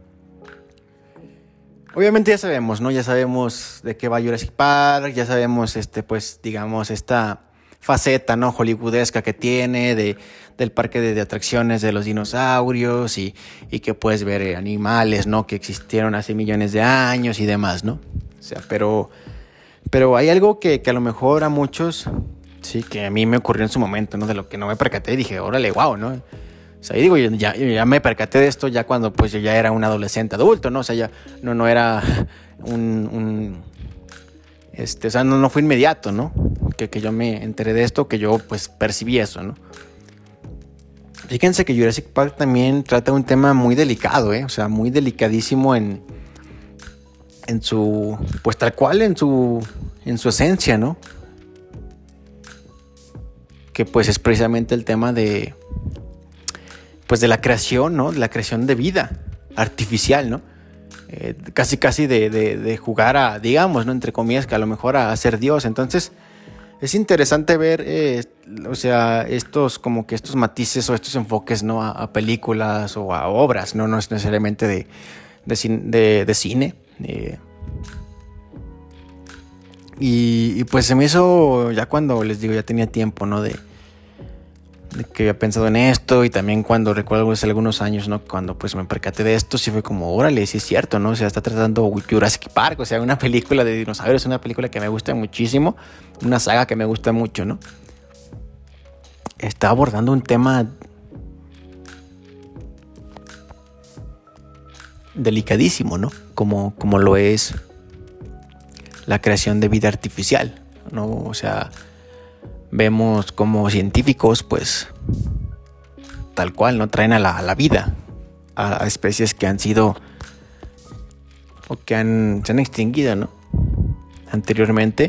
Obviamente ya sabemos, ¿no? Ya sabemos de qué va Jurassic Park, ya sabemos, este, pues, digamos, esta faceta, ¿no? Hollywoodesca que tiene de, del parque de, de atracciones de los dinosaurios y, y que puedes ver eh, animales, ¿no? Que existieron hace millones de años y demás, ¿no? O sea, pero, pero hay algo que, que a lo mejor a muchos, sí, que a mí me ocurrió en su momento, ¿no? De lo que no me percaté y dije, órale, wow, ¿no? O sea, y digo, ya, ya me percaté de esto ya cuando pues yo ya era un adolescente adulto, ¿no? O sea, ya no, no era un, un este, o sea, no, no fue inmediato, ¿no? Que, que yo me enteré de esto, que yo pues percibí eso, ¿no? Fíjense que Jurassic Park también trata un tema muy delicado, ¿eh? O sea, muy delicadísimo en, en su, pues tal cual en su, en su esencia, ¿no? Que pues es precisamente el tema de, pues de la creación, ¿no? De la creación de vida artificial, ¿no? Eh, casi casi de, de, de jugar a, digamos, ¿no? Entre comillas, que a lo mejor a, a ser Dios. Entonces, es interesante ver, eh, o sea, estos como que estos matices o estos enfoques, ¿no? A, a películas o a obras, ¿no? No es necesariamente de, de, de, de cine. Eh, y, y pues se me hizo, ya cuando les digo, ya tenía tiempo, ¿no? De de que había pensado en esto, y también cuando recuerdo hace algunos años, ¿no? Cuando pues me percaté de esto, sí fue como, órale, sí es cierto, ¿no? O sea, está tratando Jurassic Park, o sea, una película de dinosaurios, una película que me gusta muchísimo, una saga que me gusta mucho, ¿no? Está abordando un tema delicadísimo, ¿no? Como, como lo es la creación de vida artificial, ¿no? O sea, vemos como científicos, pues, tal cual, ¿no? Traen a la, a la vida a, a especies que han sido o que han, se han extinguido, ¿no? Anteriormente.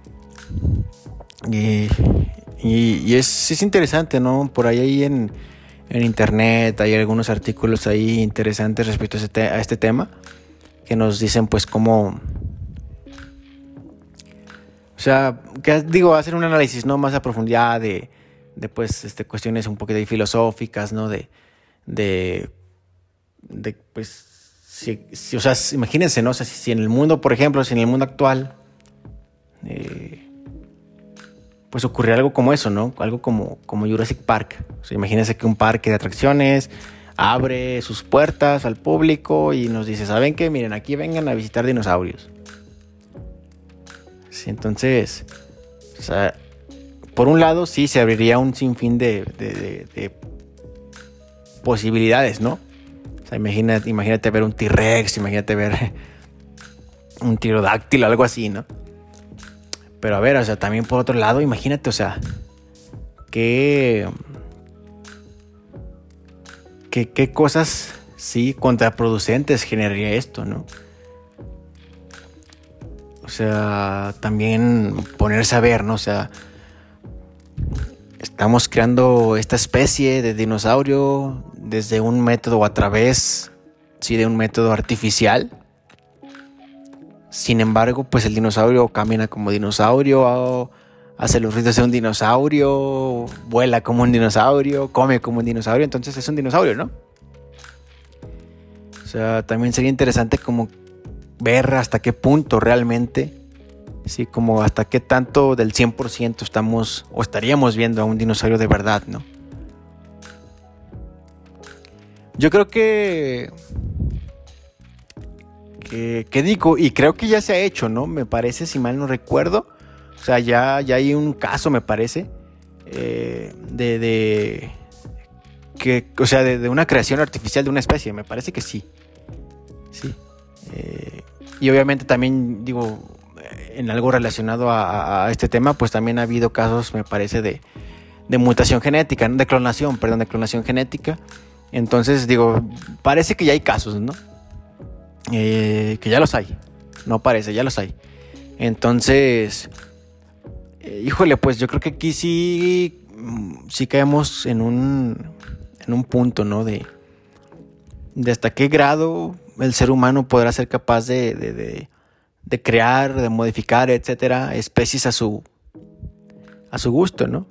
Y, y, y es, es interesante, ¿no? Por ahí, ahí en, en internet hay algunos artículos ahí interesantes respecto a este, a este tema que nos dicen, pues, cómo... O sea, que digo, hacer un análisis, ¿no? Más a profundidad de, de pues, este, cuestiones un poquito filosóficas, ¿no? De, de, de pues, si, si, o sea, imagínense, ¿no? O sea, si, si en el mundo, por ejemplo, si en el mundo actual, eh, pues ocurriera algo como eso, ¿no? Algo como, como Jurassic Park. O sea, imagínense que un parque de atracciones abre sus puertas al público y nos dice, ¿saben qué? Miren, aquí vengan a visitar dinosaurios. Sí, entonces, o sea, por un lado sí se abriría un sinfín de, de, de, de posibilidades, ¿no? O sea, imagínate, imagínate ver un T-Rex, imagínate ver un pterodáctilo, algo así, ¿no? Pero a ver, o sea, también por otro lado, imagínate, o sea, qué, qué, qué cosas, sí, contraproducentes generaría esto, ¿no? O sea, también ponerse a ver, ¿no? O sea, estamos creando esta especie de dinosaurio desde un método o a través, sí, de un método artificial. Sin embargo, pues el dinosaurio camina como dinosaurio, hace los ruidos de un dinosaurio, vuela como un dinosaurio, come como un dinosaurio, entonces es un dinosaurio, ¿no? O sea, también sería interesante como ver hasta qué punto realmente, sí, como hasta qué tanto del cien por ciento estamos o estaríamos viendo a un dinosaurio de verdad, ¿no? Yo creo que, que, que digo, y creo que ya se ha hecho, ¿no? Me parece, si mal no recuerdo, o sea, ya, ya hay un caso, me parece, eh, de, de, que, o sea, de, de una creación artificial de una especie, me parece que sí, sí. Eh, y obviamente también, digo, en algo relacionado a, a este tema, pues también ha habido casos, me parece, de, de mutación genética, ¿no? de clonación, perdón, de clonación genética. Entonces, digo, parece que ya hay casos, ¿no? Eh, que ya los hay, no parece, ya los hay. Entonces, eh, híjole, pues yo creo que aquí sí, sí caemos en un, en un punto, ¿no? De, de hasta qué grado el ser humano podrá ser capaz de, de, de, de crear, de modificar, etcétera, especies a su, a su gusto, ¿no?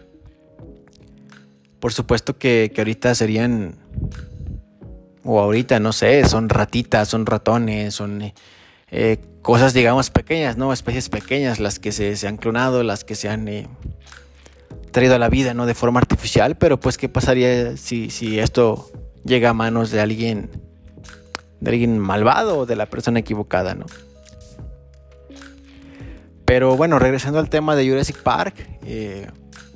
Por supuesto que, que ahorita serían, o ahorita, no sé, son ratitas, son ratones, son eh, cosas, digamos, pequeñas, ¿no? Especies pequeñas, las que se, se han clonado, las que se han eh, traído a la vida, ¿no? De forma artificial, pero pues, ¿qué pasaría si, si esto llega a manos de alguien, de alguien malvado o de la persona equivocada, ¿no? Pero bueno, regresando al tema de Jurassic Park, eh,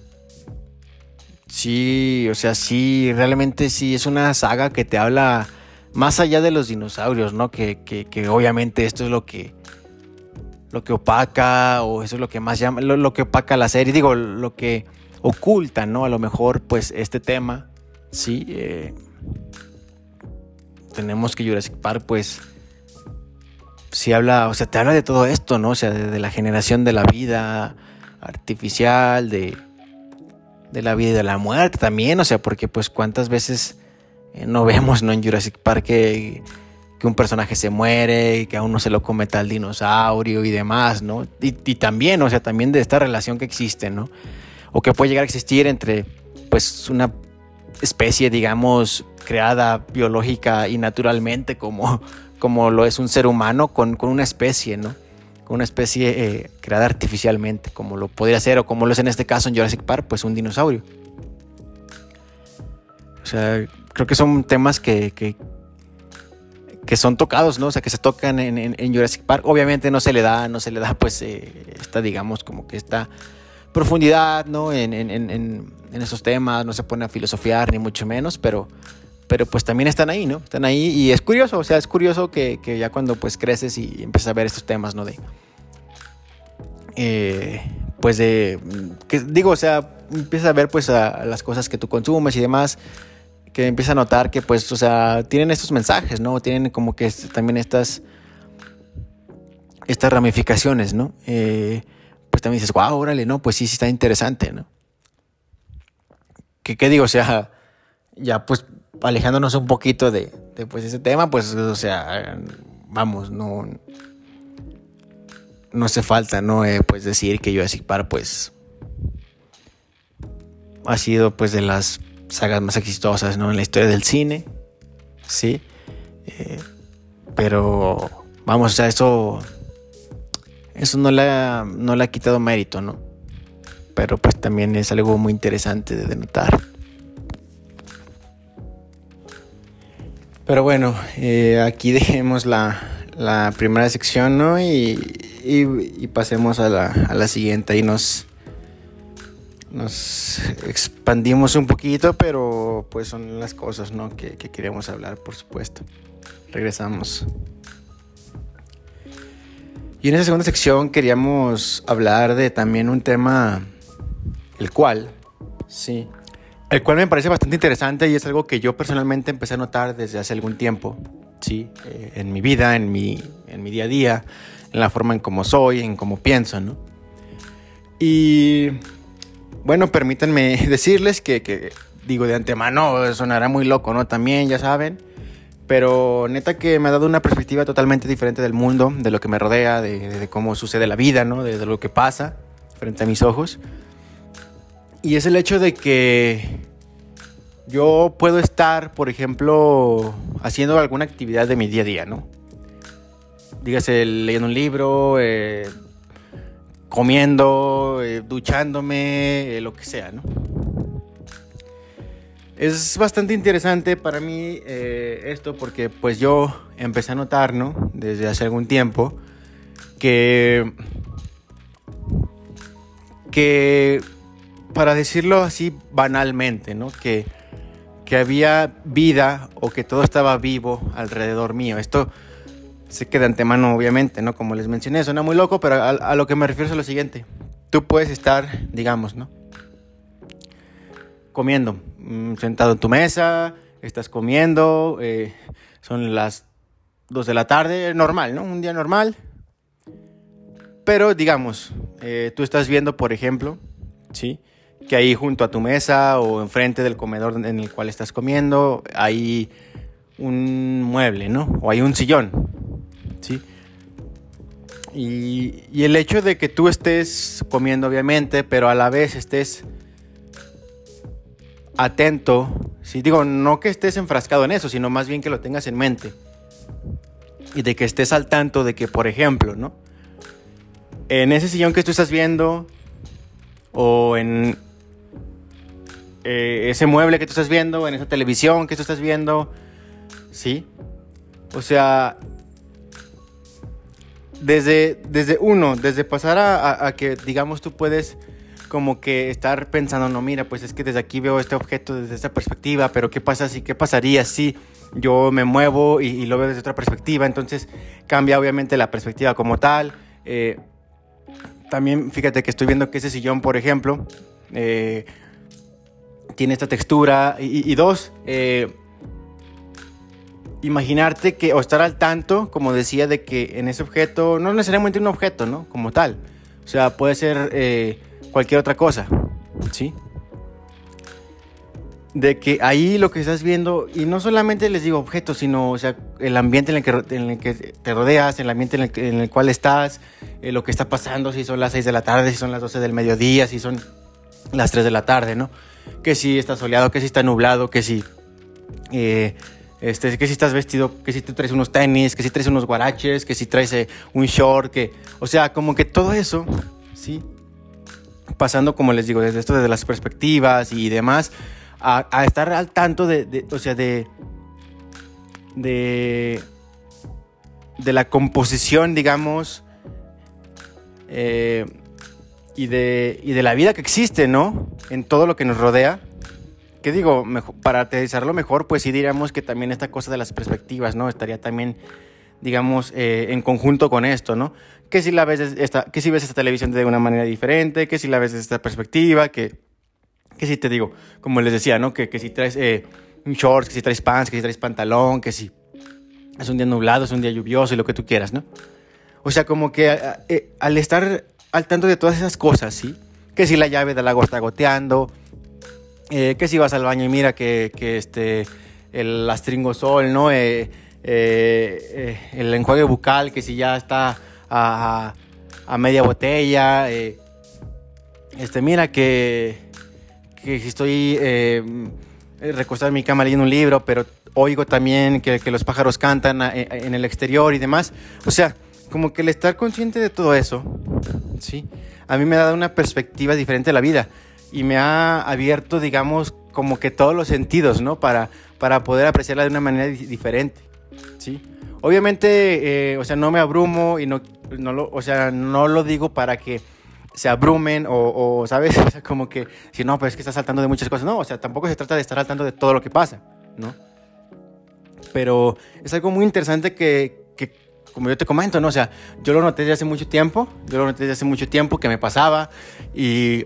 sí, o sea, sí, realmente sí es una saga que te habla más allá de los dinosaurios, ¿no? Que, que, que obviamente esto es lo que, lo que opaca, o eso es lo que más llama, lo, lo que opaca la serie, digo, lo que oculta, ¿no? A lo mejor, pues, este tema, sí, eh, tenemos que Jurassic Park, pues, sí habla, o sea, te habla de todo esto, ¿no? O sea, de, de la generación de la vida artificial, de, de la vida y de la muerte también, o sea, porque pues cuántas veces eh, no vemos, ¿no? En Jurassic Park que, que un personaje se muere, que a uno se lo come tal dinosaurio y demás, ¿no? Y, y también, o sea, también de esta relación que existe, ¿no? O que puede llegar a existir entre, pues, una especie, digamos, creada biológica y naturalmente como, como lo es un ser humano con, con una especie, ¿no? Con una especie eh, creada artificialmente, como lo podría ser, o como lo es en este caso en Jurassic Park, pues un dinosaurio. O sea, creo que son temas que, que, que son tocados, ¿no? O sea, que se tocan en, en, en Jurassic Park. Obviamente no se le da, no se le da, pues, eh, esta, digamos, como que esta profundidad, ¿no? En, en, en, en esos temas, no se pone a filosofiar, ni mucho menos, pero, pero pues también están ahí, ¿no? Están ahí y es curioso, o sea, es curioso que, que ya cuando pues creces y empiezas a ver estos temas, ¿no? De, eh, pues de, que, digo, o sea, empiezas a ver pues a, a las cosas que tú consumes y demás, que empiezas a notar que pues, o sea, tienen estos mensajes, ¿no? Tienen como que también estas, estas ramificaciones, ¿no? Eh, pues también dices, wow, órale, no, pues sí, sí está interesante, ¿no? ¿Qué, qué digo? O sea, ya pues alejándonos un poquito de, de pues ese tema, pues, o sea, vamos, no, no hace falta, ¿no? Eh, pues decir que Jurassic Park, pues, ha sido pues de las sagas más exitosas, ¿no? En la historia del cine, sí, eh, pero, vamos, o sea, eso... Eso no le, ha, no le ha quitado mérito, ¿no? Pero pues también es algo muy interesante de notar. Pero bueno, eh, aquí dejemos la, la primera sección, ¿no? Y, y, y pasemos a la, a la siguiente. Ahí nos, nos expandimos un poquito, pero pues son las cosas, ¿no? Que, que queremos hablar, por supuesto. Regresamos. Y en esa segunda sección queríamos hablar de también un tema, el cual, sí, el cual me parece bastante interesante y es algo que yo personalmente empecé a notar desde hace algún tiempo, sí, eh, en mi vida, en mi, en mi día a día, en la forma en cómo soy, en cómo pienso, ¿no? Y bueno, permítanme decirles que, que digo de antemano, sonará muy loco, ¿no? También, ya saben. Pero neta que me ha dado una perspectiva totalmente diferente del mundo, de lo que me rodea, de, de, de cómo sucede la vida, ¿no? De, de lo que pasa frente a mis ojos. Y es el hecho de que yo puedo estar, por ejemplo, haciendo alguna actividad de mi día a día, ¿no? Dígase, leyendo un libro, eh, comiendo, eh, duchándome, eh, lo que sea, ¿no? Es bastante interesante para mí eh, esto porque pues yo empecé a notar, ¿no? Desde hace algún tiempo que, que para decirlo así banalmente, ¿no? Que, que había vida o que todo estaba vivo alrededor mío. Esto se queda de antemano, obviamente, ¿no? Como les mencioné, suena muy loco, pero a, a lo que me refiero es a lo siguiente. Tú puedes estar, digamos, ¿no? Comiendo, sentado en tu mesa, estás comiendo, eh, son las dos de la tarde, normal, ¿no? Un día normal. Pero, digamos, eh, tú estás viendo, por ejemplo, ¿sí? Que ahí junto a tu mesa o enfrente del comedor en el cual estás comiendo, hay un mueble, ¿no? O hay un sillón, ¿sí? Y, y el hecho de que tú estés comiendo, obviamente, pero a la vez estés atento, ¿sí? Digo, no que estés enfrascado en eso, sino más bien que lo tengas en mente. Y de que estés al tanto de que, por ejemplo, ¿no? En ese sillón que tú estás viendo, o en eh, ese mueble que tú estás viendo, en esa televisión que tú estás viendo, ¿sí? O sea, desde, desde uno, desde pasar a, a, a que, digamos, tú puedes como que estar pensando, no, mira, pues es que desde aquí veo este objeto desde esta perspectiva, pero ¿qué pasa si, qué pasaría si yo me muevo y, y lo veo desde otra perspectiva? Entonces cambia obviamente la perspectiva como tal. Eh, también fíjate que estoy viendo que ese sillón, por ejemplo, eh, tiene esta textura y, y dos, eh, imaginarte que, o estar al tanto, como decía, de que en ese objeto, no necesariamente un objeto, ¿no? Como tal, o sea, puede ser eh, cualquier otra cosa, ¿sí? De que ahí lo que estás viendo, y no solamente les digo objetos, sino, o sea, el ambiente en el que, en el que te rodeas, el ambiente en el, que, en el cual estás, eh, lo que está pasando, si son las seis de la tarde, si son las doce del mediodía, si son las tres de la tarde, ¿no? Que si está soleado, que si está nublado, que si, eh, este, que si estás vestido, que si tú traes unos tenis, que si traes unos guaraches, que si traes eh, un short, que, o sea, como que todo eso, ¿sí? Pasando, como les digo, desde esto, desde las perspectivas y demás, a, a estar al tanto de, de, o sea, de, de, de la composición, digamos, eh, y de, y de la vida que existe, ¿no? En todo lo que nos rodea. ¿Qué digo? Mejor, para aterrizarlo mejor, pues sí diríamos que también esta cosa de las perspectivas, ¿no? Estaría también, digamos, eh, en conjunto con esto, ¿no? Que si la ves esta, que si ves esta televisión de una manera diferente, que si la ves desde esta perspectiva, que, que si te digo, como les decía, ¿no? Que, que si traes eh, un shorts, que si traes pants, que si traes pantalón, que si es un día nublado, es un día lluvioso y lo que tú quieras, ¿no? O sea, como que eh, al estar al tanto de todas esas cosas, ¿sí? Que si la llave del agua está goteando, eh, que si vas al baño y mira que, que este, el astringosol, ¿no? Eh, eh, eh, el enjuague bucal, que si ya está a, a media botella, eh, este, mira que, que si estoy eh, recostado en mi cama leyendo un libro, pero oigo también que, que los pájaros cantan a, en el exterior y demás. O sea, como que el estar consciente de todo eso, ¿sí? A mí me ha dado una perspectiva diferente de la vida y me ha abierto, digamos, como que todos los sentidos, ¿no? Para, para poder apreciarla de una manera di- diferente, ¿sí? Obviamente, eh, o sea, no me abrumo y no, no lo, o sea, no lo digo para que se abrumen o, o, ¿sabes? O sea, como que, si no, pues es que estás saltando de muchas cosas. No, o sea, tampoco se trata de estar al tanto de todo lo que pasa, ¿no? Pero es algo muy interesante que, que, como yo te comento, ¿no? O sea, yo lo noté desde hace mucho tiempo, yo lo noté desde hace mucho tiempo que me pasaba y,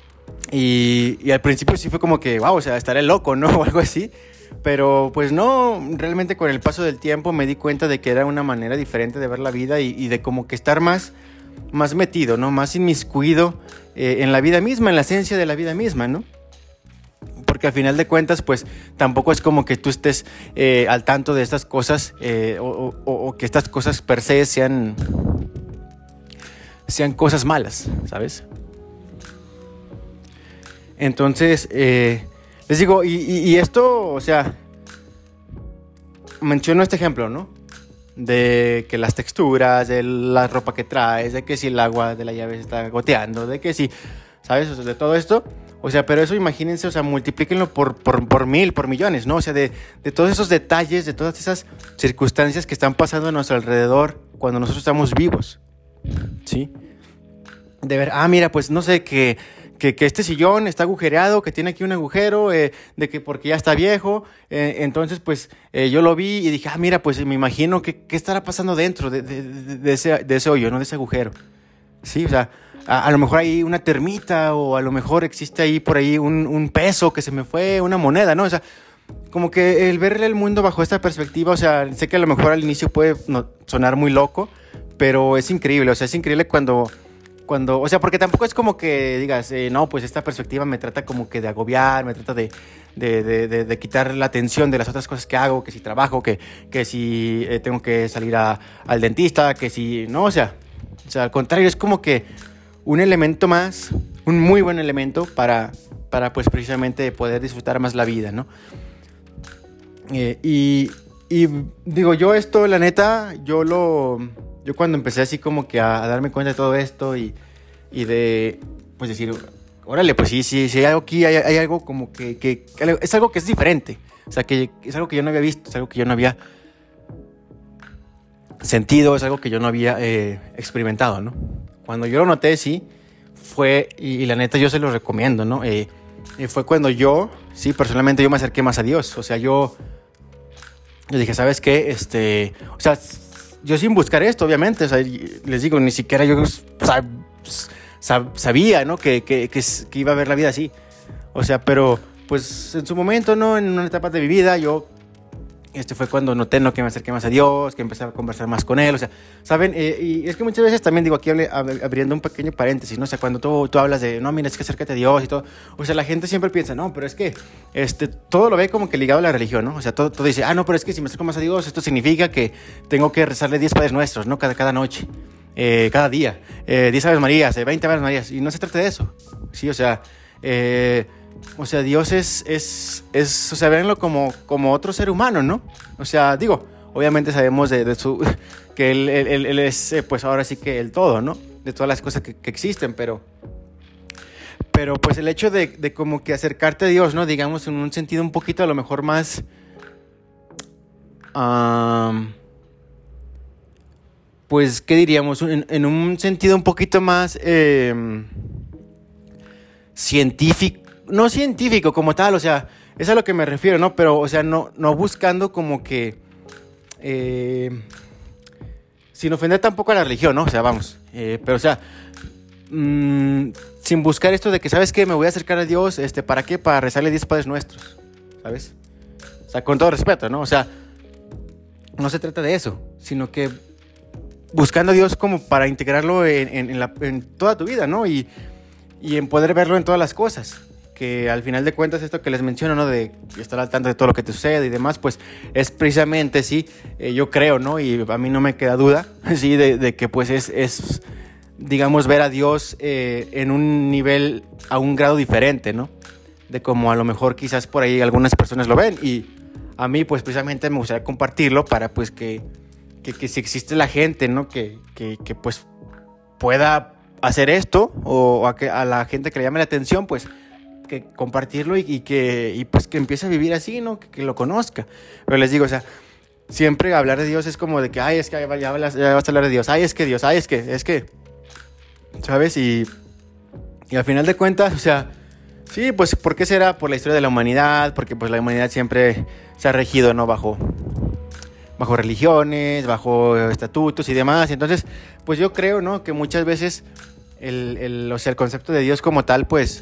y, y al principio sí fue como que, wow, o sea, estaré loco, ¿no? O algo así. Pero pues no, realmente con el paso del tiempo me di cuenta de que era una manera diferente de ver la vida y, y de como que estar más, más metido, ¿no? Más inmiscuido eh, en la vida misma, en la esencia de la vida misma, ¿no? Porque al final de cuentas, pues tampoco es como que tú estés eh, al tanto de estas cosas eh, o, o, o que estas cosas per se sean, sean cosas malas, ¿sabes? Entonces, eh, les digo, y, y, y esto, o sea, menciono este ejemplo, ¿no? De que las texturas, de la ropa que traes, de que si el agua de la llave se está goteando, de que si, ¿sabes? O sea, de todo esto. O sea, pero eso imagínense, o sea, multiplíquenlo por, por, por mil, por millones, ¿no? O sea, de, de todos esos detalles, de todas esas circunstancias que están pasando a nuestro alrededor cuando nosotros estamos vivos, ¿sí? De ver, ah, mira, pues no sé, que, que, que este sillón está agujereado, que tiene aquí un agujero, eh, de que porque ya está viejo, eh, entonces pues eh, yo lo vi y dije, ah, mira, pues me imagino que qué estará pasando dentro de, de, de, de, ese, de ese hoyo, ¿no? De ese agujero, ¿sí? O sea, A, a lo mejor hay una termita o a lo mejor existe ahí por ahí un, un peso que se me fue, una moneda, ¿no? O sea, como que el ver el mundo bajo esta perspectiva, o sea, sé que a lo mejor al inicio puede no, sonar muy loco, pero es increíble, o sea, es increíble cuando, cuando, o sea, porque tampoco es como que digas, eh, no, pues esta perspectiva me trata como que de agobiar, me trata de, de, de, de, de quitar la atención de las otras cosas que hago, que si trabajo, que, que si eh, tengo que salir a, al dentista, que si... No, o sea, o sea, al contrario, es como que un elemento más, un muy buen elemento para, para pues precisamente poder disfrutar más la vida, ¿no? Eh, y, y digo, yo esto, la neta, yo lo... Yo cuando empecé así como que a, a darme cuenta de todo esto y, y de, pues decir, órale, pues sí, sí, sí hay algo aquí, hay, hay algo como que, que, que es algo que es diferente. O sea, que es algo que yo no había visto, es algo que yo no había sentido, es algo que yo no había eh, experimentado, ¿no? Cuando yo lo noté, sí, fue, y, y la neta yo se lo recomiendo, ¿no? Eh, eh, fue cuando yo, sí, personalmente yo me acerqué más a Dios. O sea, yo, yo dije, ¿sabes qué? Este, o sea, yo sin buscar esto, obviamente, o sea, les digo, ni siquiera yo sab, sab, sabía, ¿no? Que, que, que, que iba a ver la vida así. O sea, pero, pues, en su momento, ¿no? En una etapa de mi vida, yo, este fue cuando noté, ¿no? Que me acerqué más a Dios, que empecé a conversar más con Él, o sea, ¿saben? Eh, y es que muchas veces también, digo, aquí hable, abriendo un pequeño paréntesis, ¿no? O sea, cuando tú, tú hablas de, no, mira, es que acércate a Dios y todo, o sea, la gente siempre piensa, no, pero es que, este, todo lo ve como que ligado a la religión, ¿no? O sea, todo, todo dice, ah, no, pero es que si me acerco más a Dios, esto significa que tengo que rezarle diez Padres Nuestros, ¿no? Cada, cada noche, eh, cada día, eh, diez Aves Marías, eh, veinte Aves Marías, y no se trata de eso, ¿sí? O sea, eh... O sea, Dios es, es, es, o sea, véanlo como, como otro ser humano, ¿no? O sea, digo, obviamente sabemos de, de su, que él, él, él es, pues ahora sí que el todo, ¿no? De todas las cosas que, que existen, pero, pero pues el hecho de, de como que acercarte a Dios, ¿no? Digamos, en un sentido un poquito a lo mejor más, um, pues, ¿qué diríamos? En, en un sentido un poquito más eh, científico. No científico como tal, o sea, es a lo que me refiero, ¿no? Pero, o sea, no, no buscando como que... Eh, sin ofender tampoco a la religión, ¿no? O sea, vamos. Eh, pero, o sea, mmm, sin buscar esto de que, ¿sabes qué? Me voy a acercar a Dios, este, ¿para qué? Para rezarle diez Padres Nuestros, ¿sabes? O sea, con todo respeto, ¿no? O sea, no se trata de eso, sino que buscando a Dios como para integrarlo en, en, en, la, en toda tu vida, ¿no? Y, y en poder verlo en todas las cosas. Que al final de cuentas esto que les menciono, ¿no? De estar al tanto de todo lo que te sucede y demás, pues es precisamente, sí, eh, yo creo, ¿no? Y a mí no me queda duda, sí, de, de que pues es, es, digamos, ver a Dios eh, en un nivel, a un grado diferente, ¿no? De como a lo mejor quizás por ahí algunas personas lo ven, y a mí pues precisamente me gustaría compartirlo para pues que, que, que si existe la gente, ¿no? Que, que, que pues pueda hacer esto, o a, que, a la gente que le llame la atención, pues que compartirlo y, y que y pues que empiece a vivir así, ¿no? Que, que lo conozca. Pero les digo, o sea, siempre hablar de Dios es como de que, ay, es que ya, ya, vas, ya vas a hablar de Dios, ay, es que Dios, ay, es que, es que, ¿sabes? Y, y al final de cuentas, o sea, sí, pues, ¿por qué será? Por la historia de la humanidad, porque pues la humanidad siempre se ha regido, ¿no? Bajo, bajo religiones, bajo estatutos y demás. Entonces, pues yo creo, ¿no? Que muchas veces el, el, o sea, el concepto de Dios como tal, pues...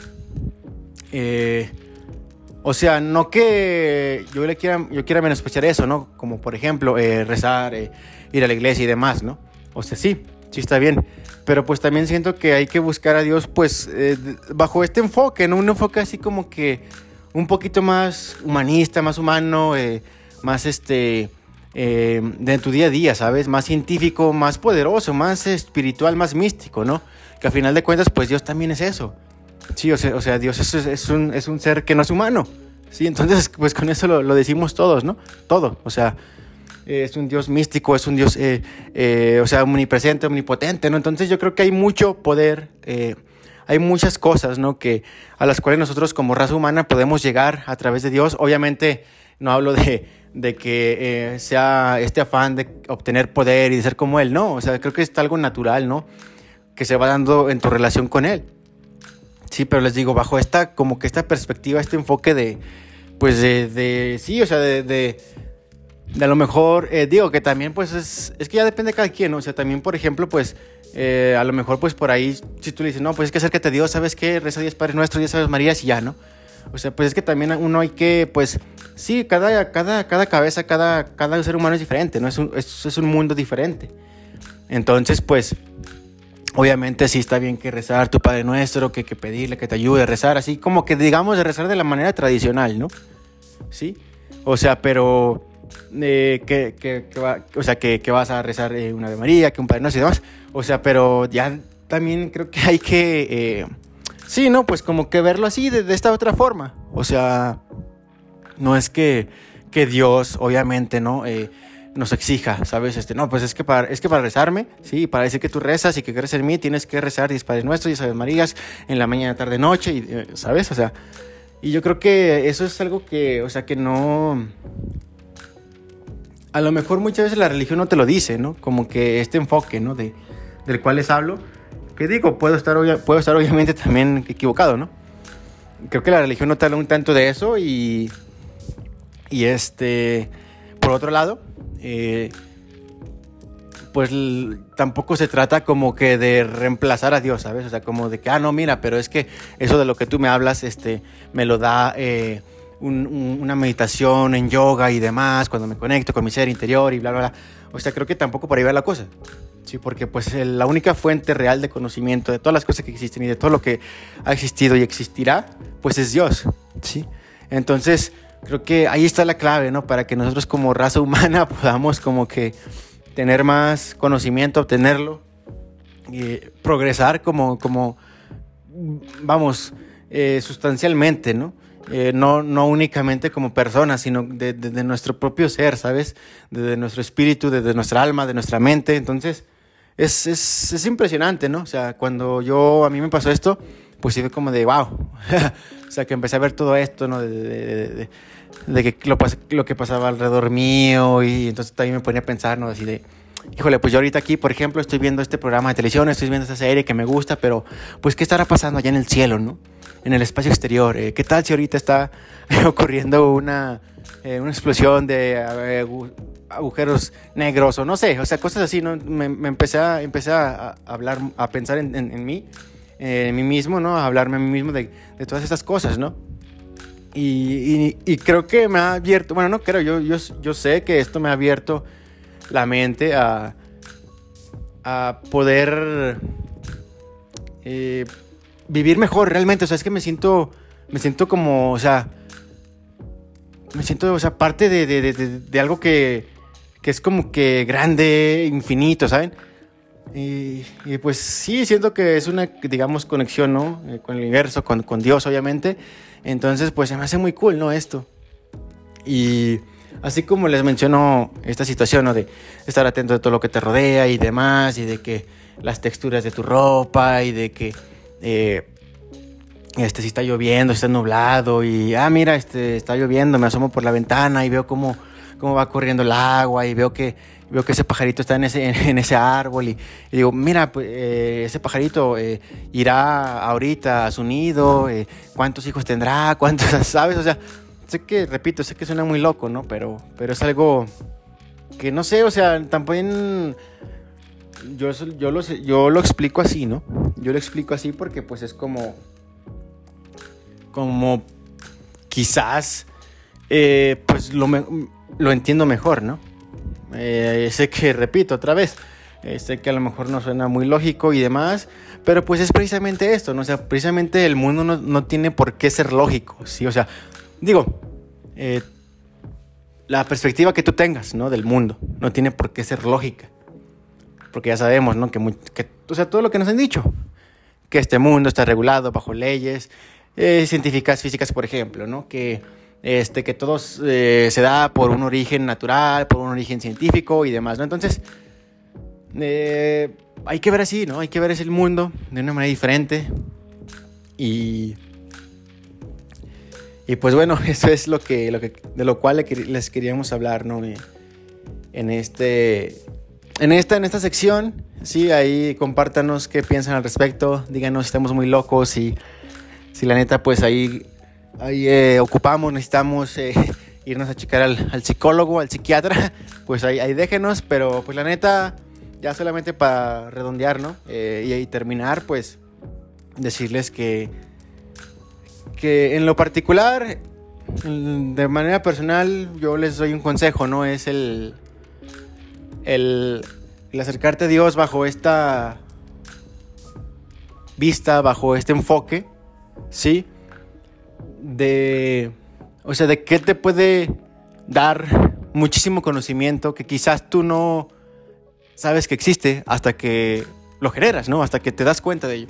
Eh, o sea, no que yo le quiera, yo quiera menospreciar eso, ¿no? Como por ejemplo, eh, rezar, eh, ir a la iglesia y demás, ¿no? O sea, sí, sí está bien. Pero pues también siento que hay que buscar a Dios, pues, eh, bajo este enfoque, ¿no? Un enfoque así como que un poquito más humanista, más humano, eh, más este... Eh, de tu día a día, ¿sabes? Más científico, más poderoso, más espiritual, más místico, ¿no? Que a final de cuentas, pues Dios también es eso. Sí, o sea, o sea Dios es, es, un, es un ser que no es humano, ¿sí? Entonces, pues con eso lo, lo decimos todos, ¿no? Todo, o sea, eh, es un Dios místico, es un Dios, eh, eh, o sea, omnipresente, omnipotente, ¿no? Entonces yo creo que hay mucho poder, eh, hay muchas cosas, ¿no? Que, a las cuales nosotros como raza humana podemos llegar a través de Dios. Obviamente no hablo de, de que eh, sea este afán de obtener poder y de ser como Él, no, o sea, creo que es algo natural, ¿no? Que se va dando en tu relación con Él. Sí, pero les digo, bajo esta, como que esta perspectiva, este enfoque de, pues de, de sí, o sea, de, de, de a lo mejor, eh, digo que también, pues es, es que ya depende de cada quien, ¿no? O sea, también, por ejemplo, pues, eh, a lo mejor, pues por ahí, si tú le dices, no, pues es que acércate a Dios, ¿sabes qué? Reza diez Padres Nuestros, diez Aves Marías y ya, ¿no? O sea, pues es que también uno hay que, pues, sí, cada, cada, cada cabeza, cada, cada ser humano es diferente, ¿no? Es un, es, es un mundo diferente. Entonces, pues... Obviamente sí está bien que rezar tu Padre Nuestro, que, que pedirle que te ayude a rezar, así como que digamos de rezar de la manera tradicional, ¿no? ¿Sí? O sea, pero eh, que, que, que, va, o sea, que, que vas a rezar eh, una Ave María, que un Padre Nuestro y demás. O sea, pero ya también creo que hay que, eh, sí, ¿no? Pues como que verlo así, de, de esta otra forma. O sea, no es que, que Dios, obviamente, ¿no? Eh, nos exija, ¿sabes? Este, no, pues es que, para, es que para rezarme, sí, para decir que tú rezas y que crees en mí, tienes que rezar diez Padres Nuestros, diez Ave Marías en la mañana, tarde, noche, y, ¿sabes? O sea, y yo creo que eso es algo que, o sea, que no... A lo mejor muchas veces la religión no te lo dice, ¿no? Como que este enfoque, ¿no? De, del cual les hablo, que digo, puedo estar, puedo estar obviamente también equivocado, ¿no? Creo que la religión no te habla un tanto de eso y... Y este... Por otro lado... Eh, pues l- tampoco se trata como que de reemplazar a Dios, ¿sabes? O sea, como de que, ah, no, mira, pero es que eso de lo que tú me hablas, este, me lo da eh, un, un, una meditación en yoga y demás, cuando me conecto con mi ser interior y bla, bla, bla. O sea, creo que tampoco por ahí va la cosa, ¿sí? Porque pues el, la única fuente real de conocimiento de todas las cosas que existen y de todo lo que ha existido y existirá, pues es Dios, ¿sí? Entonces... Creo que ahí está la clave, ¿no? Para que nosotros como raza humana podamos como que tener más conocimiento, obtenerlo, y progresar como, como vamos, eh, sustancialmente, ¿no? Eh, no, no únicamente como personas, sino de, de, de nuestro propio ser, ¿sabes? De nuestro espíritu, de, de nuestra alma, de nuestra mente. Entonces, es, es, es impresionante, ¿no? O sea, cuando yo, a mí me pasó esto, pues sí fue como de wow. O sea, que empecé a ver todo esto, ¿no? De, de, de, de, de que lo, lo que pasaba alrededor mío, y entonces también me ponía a pensar, ¿no? Así de, híjole, pues yo ahorita aquí, por ejemplo, estoy viendo este programa de televisión, estoy viendo esta serie que me gusta, pero pues ¿qué estará pasando allá en el cielo, ¿no? En el espacio exterior. Eh, ¿Qué tal si ahorita está ocurriendo una, eh, una explosión de eh, agujeros negros o no sé? O sea, cosas así, ¿no? Me, me empecé, a, empecé a, a hablar, a pensar en, en, en mí. Eh, en mí mismo, ¿no? A hablarme a mí mismo de, de todas estas cosas, ¿no? Y, y, y creo que me ha abierto, bueno, no creo, yo, yo, yo sé que esto me ha abierto la mente a, a poder eh, vivir mejor realmente. O sea, es que me siento, me siento como, o sea, me siento, o sea, parte de, de, de, de, de algo que, que es como que grande, infinito, ¿saben? Y, y pues sí, siento que es una, digamos, conexión, ¿no? Eh, con el universo, con, con Dios, obviamente. Entonces, pues se me hace muy cool, ¿no? Esto. Y así como les menciono esta situación, ¿no? De estar atento de todo lo que te rodea y demás, y de que las texturas de tu ropa, y de que eh, este, si está lloviendo, si está nublado, y, ah, mira, este, está lloviendo, me asomo por la ventana y veo cómo, cómo va corriendo el agua, y veo que veo que ese pajarito está en ese, en ese árbol y, y digo, mira, pues, eh, ese pajarito eh, irá ahorita a su nido, eh, ¿cuántos hijos tendrá? ¿Cuántos, sabes? O sea, sé que, repito, sé que suena muy loco, ¿no? Pero, pero es algo que no sé, o sea, también yo, yo, lo, yo lo explico así, ¿no? Yo lo explico así porque pues es como, como quizás, eh, pues lo, lo entiendo mejor, ¿no? Eh, sé que, repito otra vez, eh, sé que a lo mejor no suena muy lógico y demás, pero pues es precisamente esto, ¿no? O sea, precisamente el mundo no, no tiene por qué ser lógico, ¿sí? O sea, digo, eh, la perspectiva que tú tengas, ¿no? Del mundo no tiene por qué ser lógica, porque ya sabemos, ¿no? Que, muy, que o sea, todo lo que nos han dicho, que este mundo está regulado bajo leyes eh, científicas, físicas, por ejemplo, ¿no? Que Este, que todo eh, se da por un origen natural, por un origen científico y demás, ¿no? Entonces, eh, hay que ver así, ¿no? Hay que ver ese mundo de una manera diferente. Y, y pues bueno, eso es lo que, lo que, de lo cual les queríamos hablar, ¿no? En, este, en, esta, en esta sección, sí, ahí compártanos qué piensan al respecto. Díganos si estamos muy locos y si la neta, pues ahí... Ahí eh, ocupamos, necesitamos eh, irnos a checar al, al psicólogo, al psiquiatra, pues ahí, ahí déjenos, pero pues la neta, ya solamente para redondear, ¿no? Eh, y, y terminar, pues decirles que, que en lo particular, de manera personal, yo les doy un consejo, ¿no? Es el, el, el acercarte a Dios bajo esta, vista, bajo este enfoque, ¿sí? De, o sea, de qué te puede dar muchísimo conocimiento que quizás tú no sabes que existe hasta que lo generas, ¿no? Hasta que te das cuenta de ello.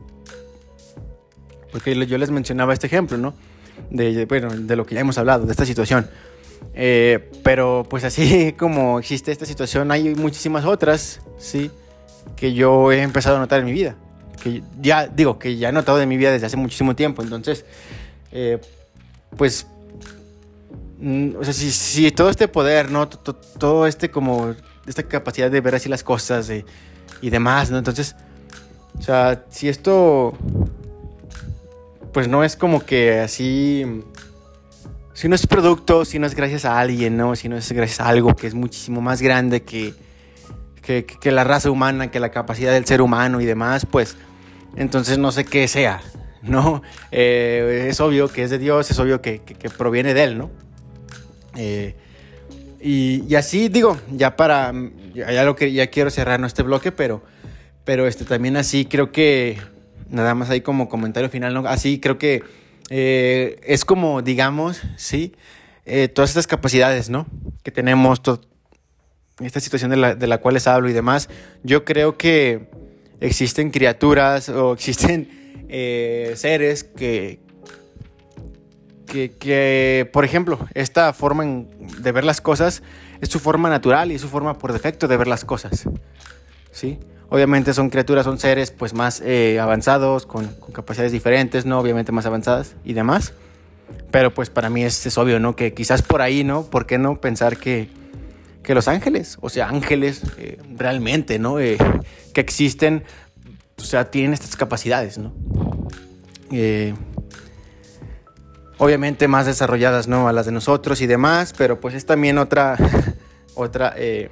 Porque yo les mencionaba este ejemplo, ¿no? De, bueno, de lo que ya hemos hablado, de esta situación. Eh, pero pues así como existe esta situación, hay muchísimas otras, ¿sí? Que yo he empezado a notar en mi vida. Que ya, digo, que ya he notado en mi vida desde hace muchísimo tiempo. Entonces, eh, pues, mm, o sea, si, si todo este poder, ¿no? Todo, todo este como, esta capacidad de ver así las cosas eh, y demás, ¿no? Entonces, o sea, si esto... pues no es como que así, si no es producto, si no es gracias a alguien, ¿no? Si no es gracias a algo que es muchísimo más grande que, que, que la raza humana, que la capacidad del ser humano y demás, pues entonces no sé qué sea, ¿no? Eh, es obvio que es de Dios, es obvio que, que, que proviene de Él, ¿no? Eh, y, y así digo, ya para, ya, ya, lo que, ya quiero cerrar ¿no? este bloque, pero, pero este, también así creo que... nada más ahí como comentario final, ¿no? Así creo que eh, es como, digamos, ¿sí? Eh, todas estas capacidades, ¿no? Que tenemos, to- esta situación de la, de la cual les hablo y demás. Yo creo que existen criaturas o existen eh, seres que, que, que, por ejemplo, esta forma en, de ver las cosas es su forma natural y es su forma por defecto de ver las cosas, ¿sí? Obviamente son criaturas, son seres pues más eh, avanzados, con, con capacidades diferentes, ¿no? Obviamente más avanzadas y demás. Pero pues para mí es, es obvio, ¿no? Que quizás por ahí, ¿no? ¿Por qué no pensar que, que los ángeles, o sea, ángeles eh, realmente, ¿no? Eh, que existen, o sea, tienen estas capacidades, ¿no? Eh, obviamente más desarrolladas, ¿no? A las de nosotros y demás, pero pues es también otra, otra... Eh,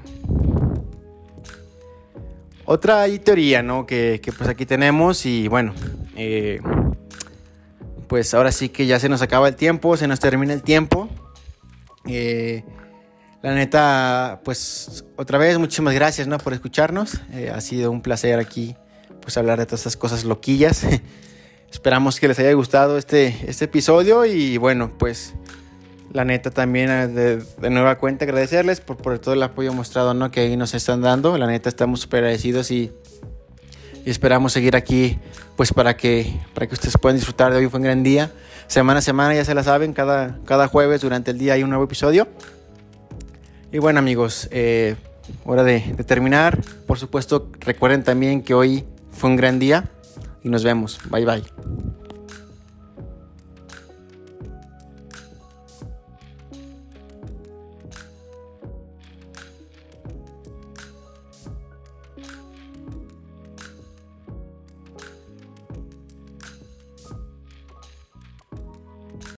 Otra teoría, ¿no? Que, que pues aquí tenemos y bueno, eh, pues ahora sí que ya se nos acaba el tiempo, se nos termina el tiempo. Eh, la neta, pues otra vez muchísimas gracias, ¿no? Por escucharnos. Eh, ha sido un placer aquí, pues hablar de todas estas cosas loquillas. Esperamos que les haya gustado este, este episodio y bueno, pues... la neta también de, de nueva cuenta agradecerles por, por todo el apoyo mostrado, ¿no? Que ahí nos están dando. La neta estamos súper agradecidos y, y esperamos seguir aquí pues para que, para que ustedes puedan disfrutar de hoy. Fue un gran día. Semana a semana ya se la saben, cada, cada jueves durante el día hay un nuevo episodio. Y bueno amigos, eh, hora de, de terminar. Por supuesto recuerden también que hoy fue un gran día y nos vemos. Bye bye.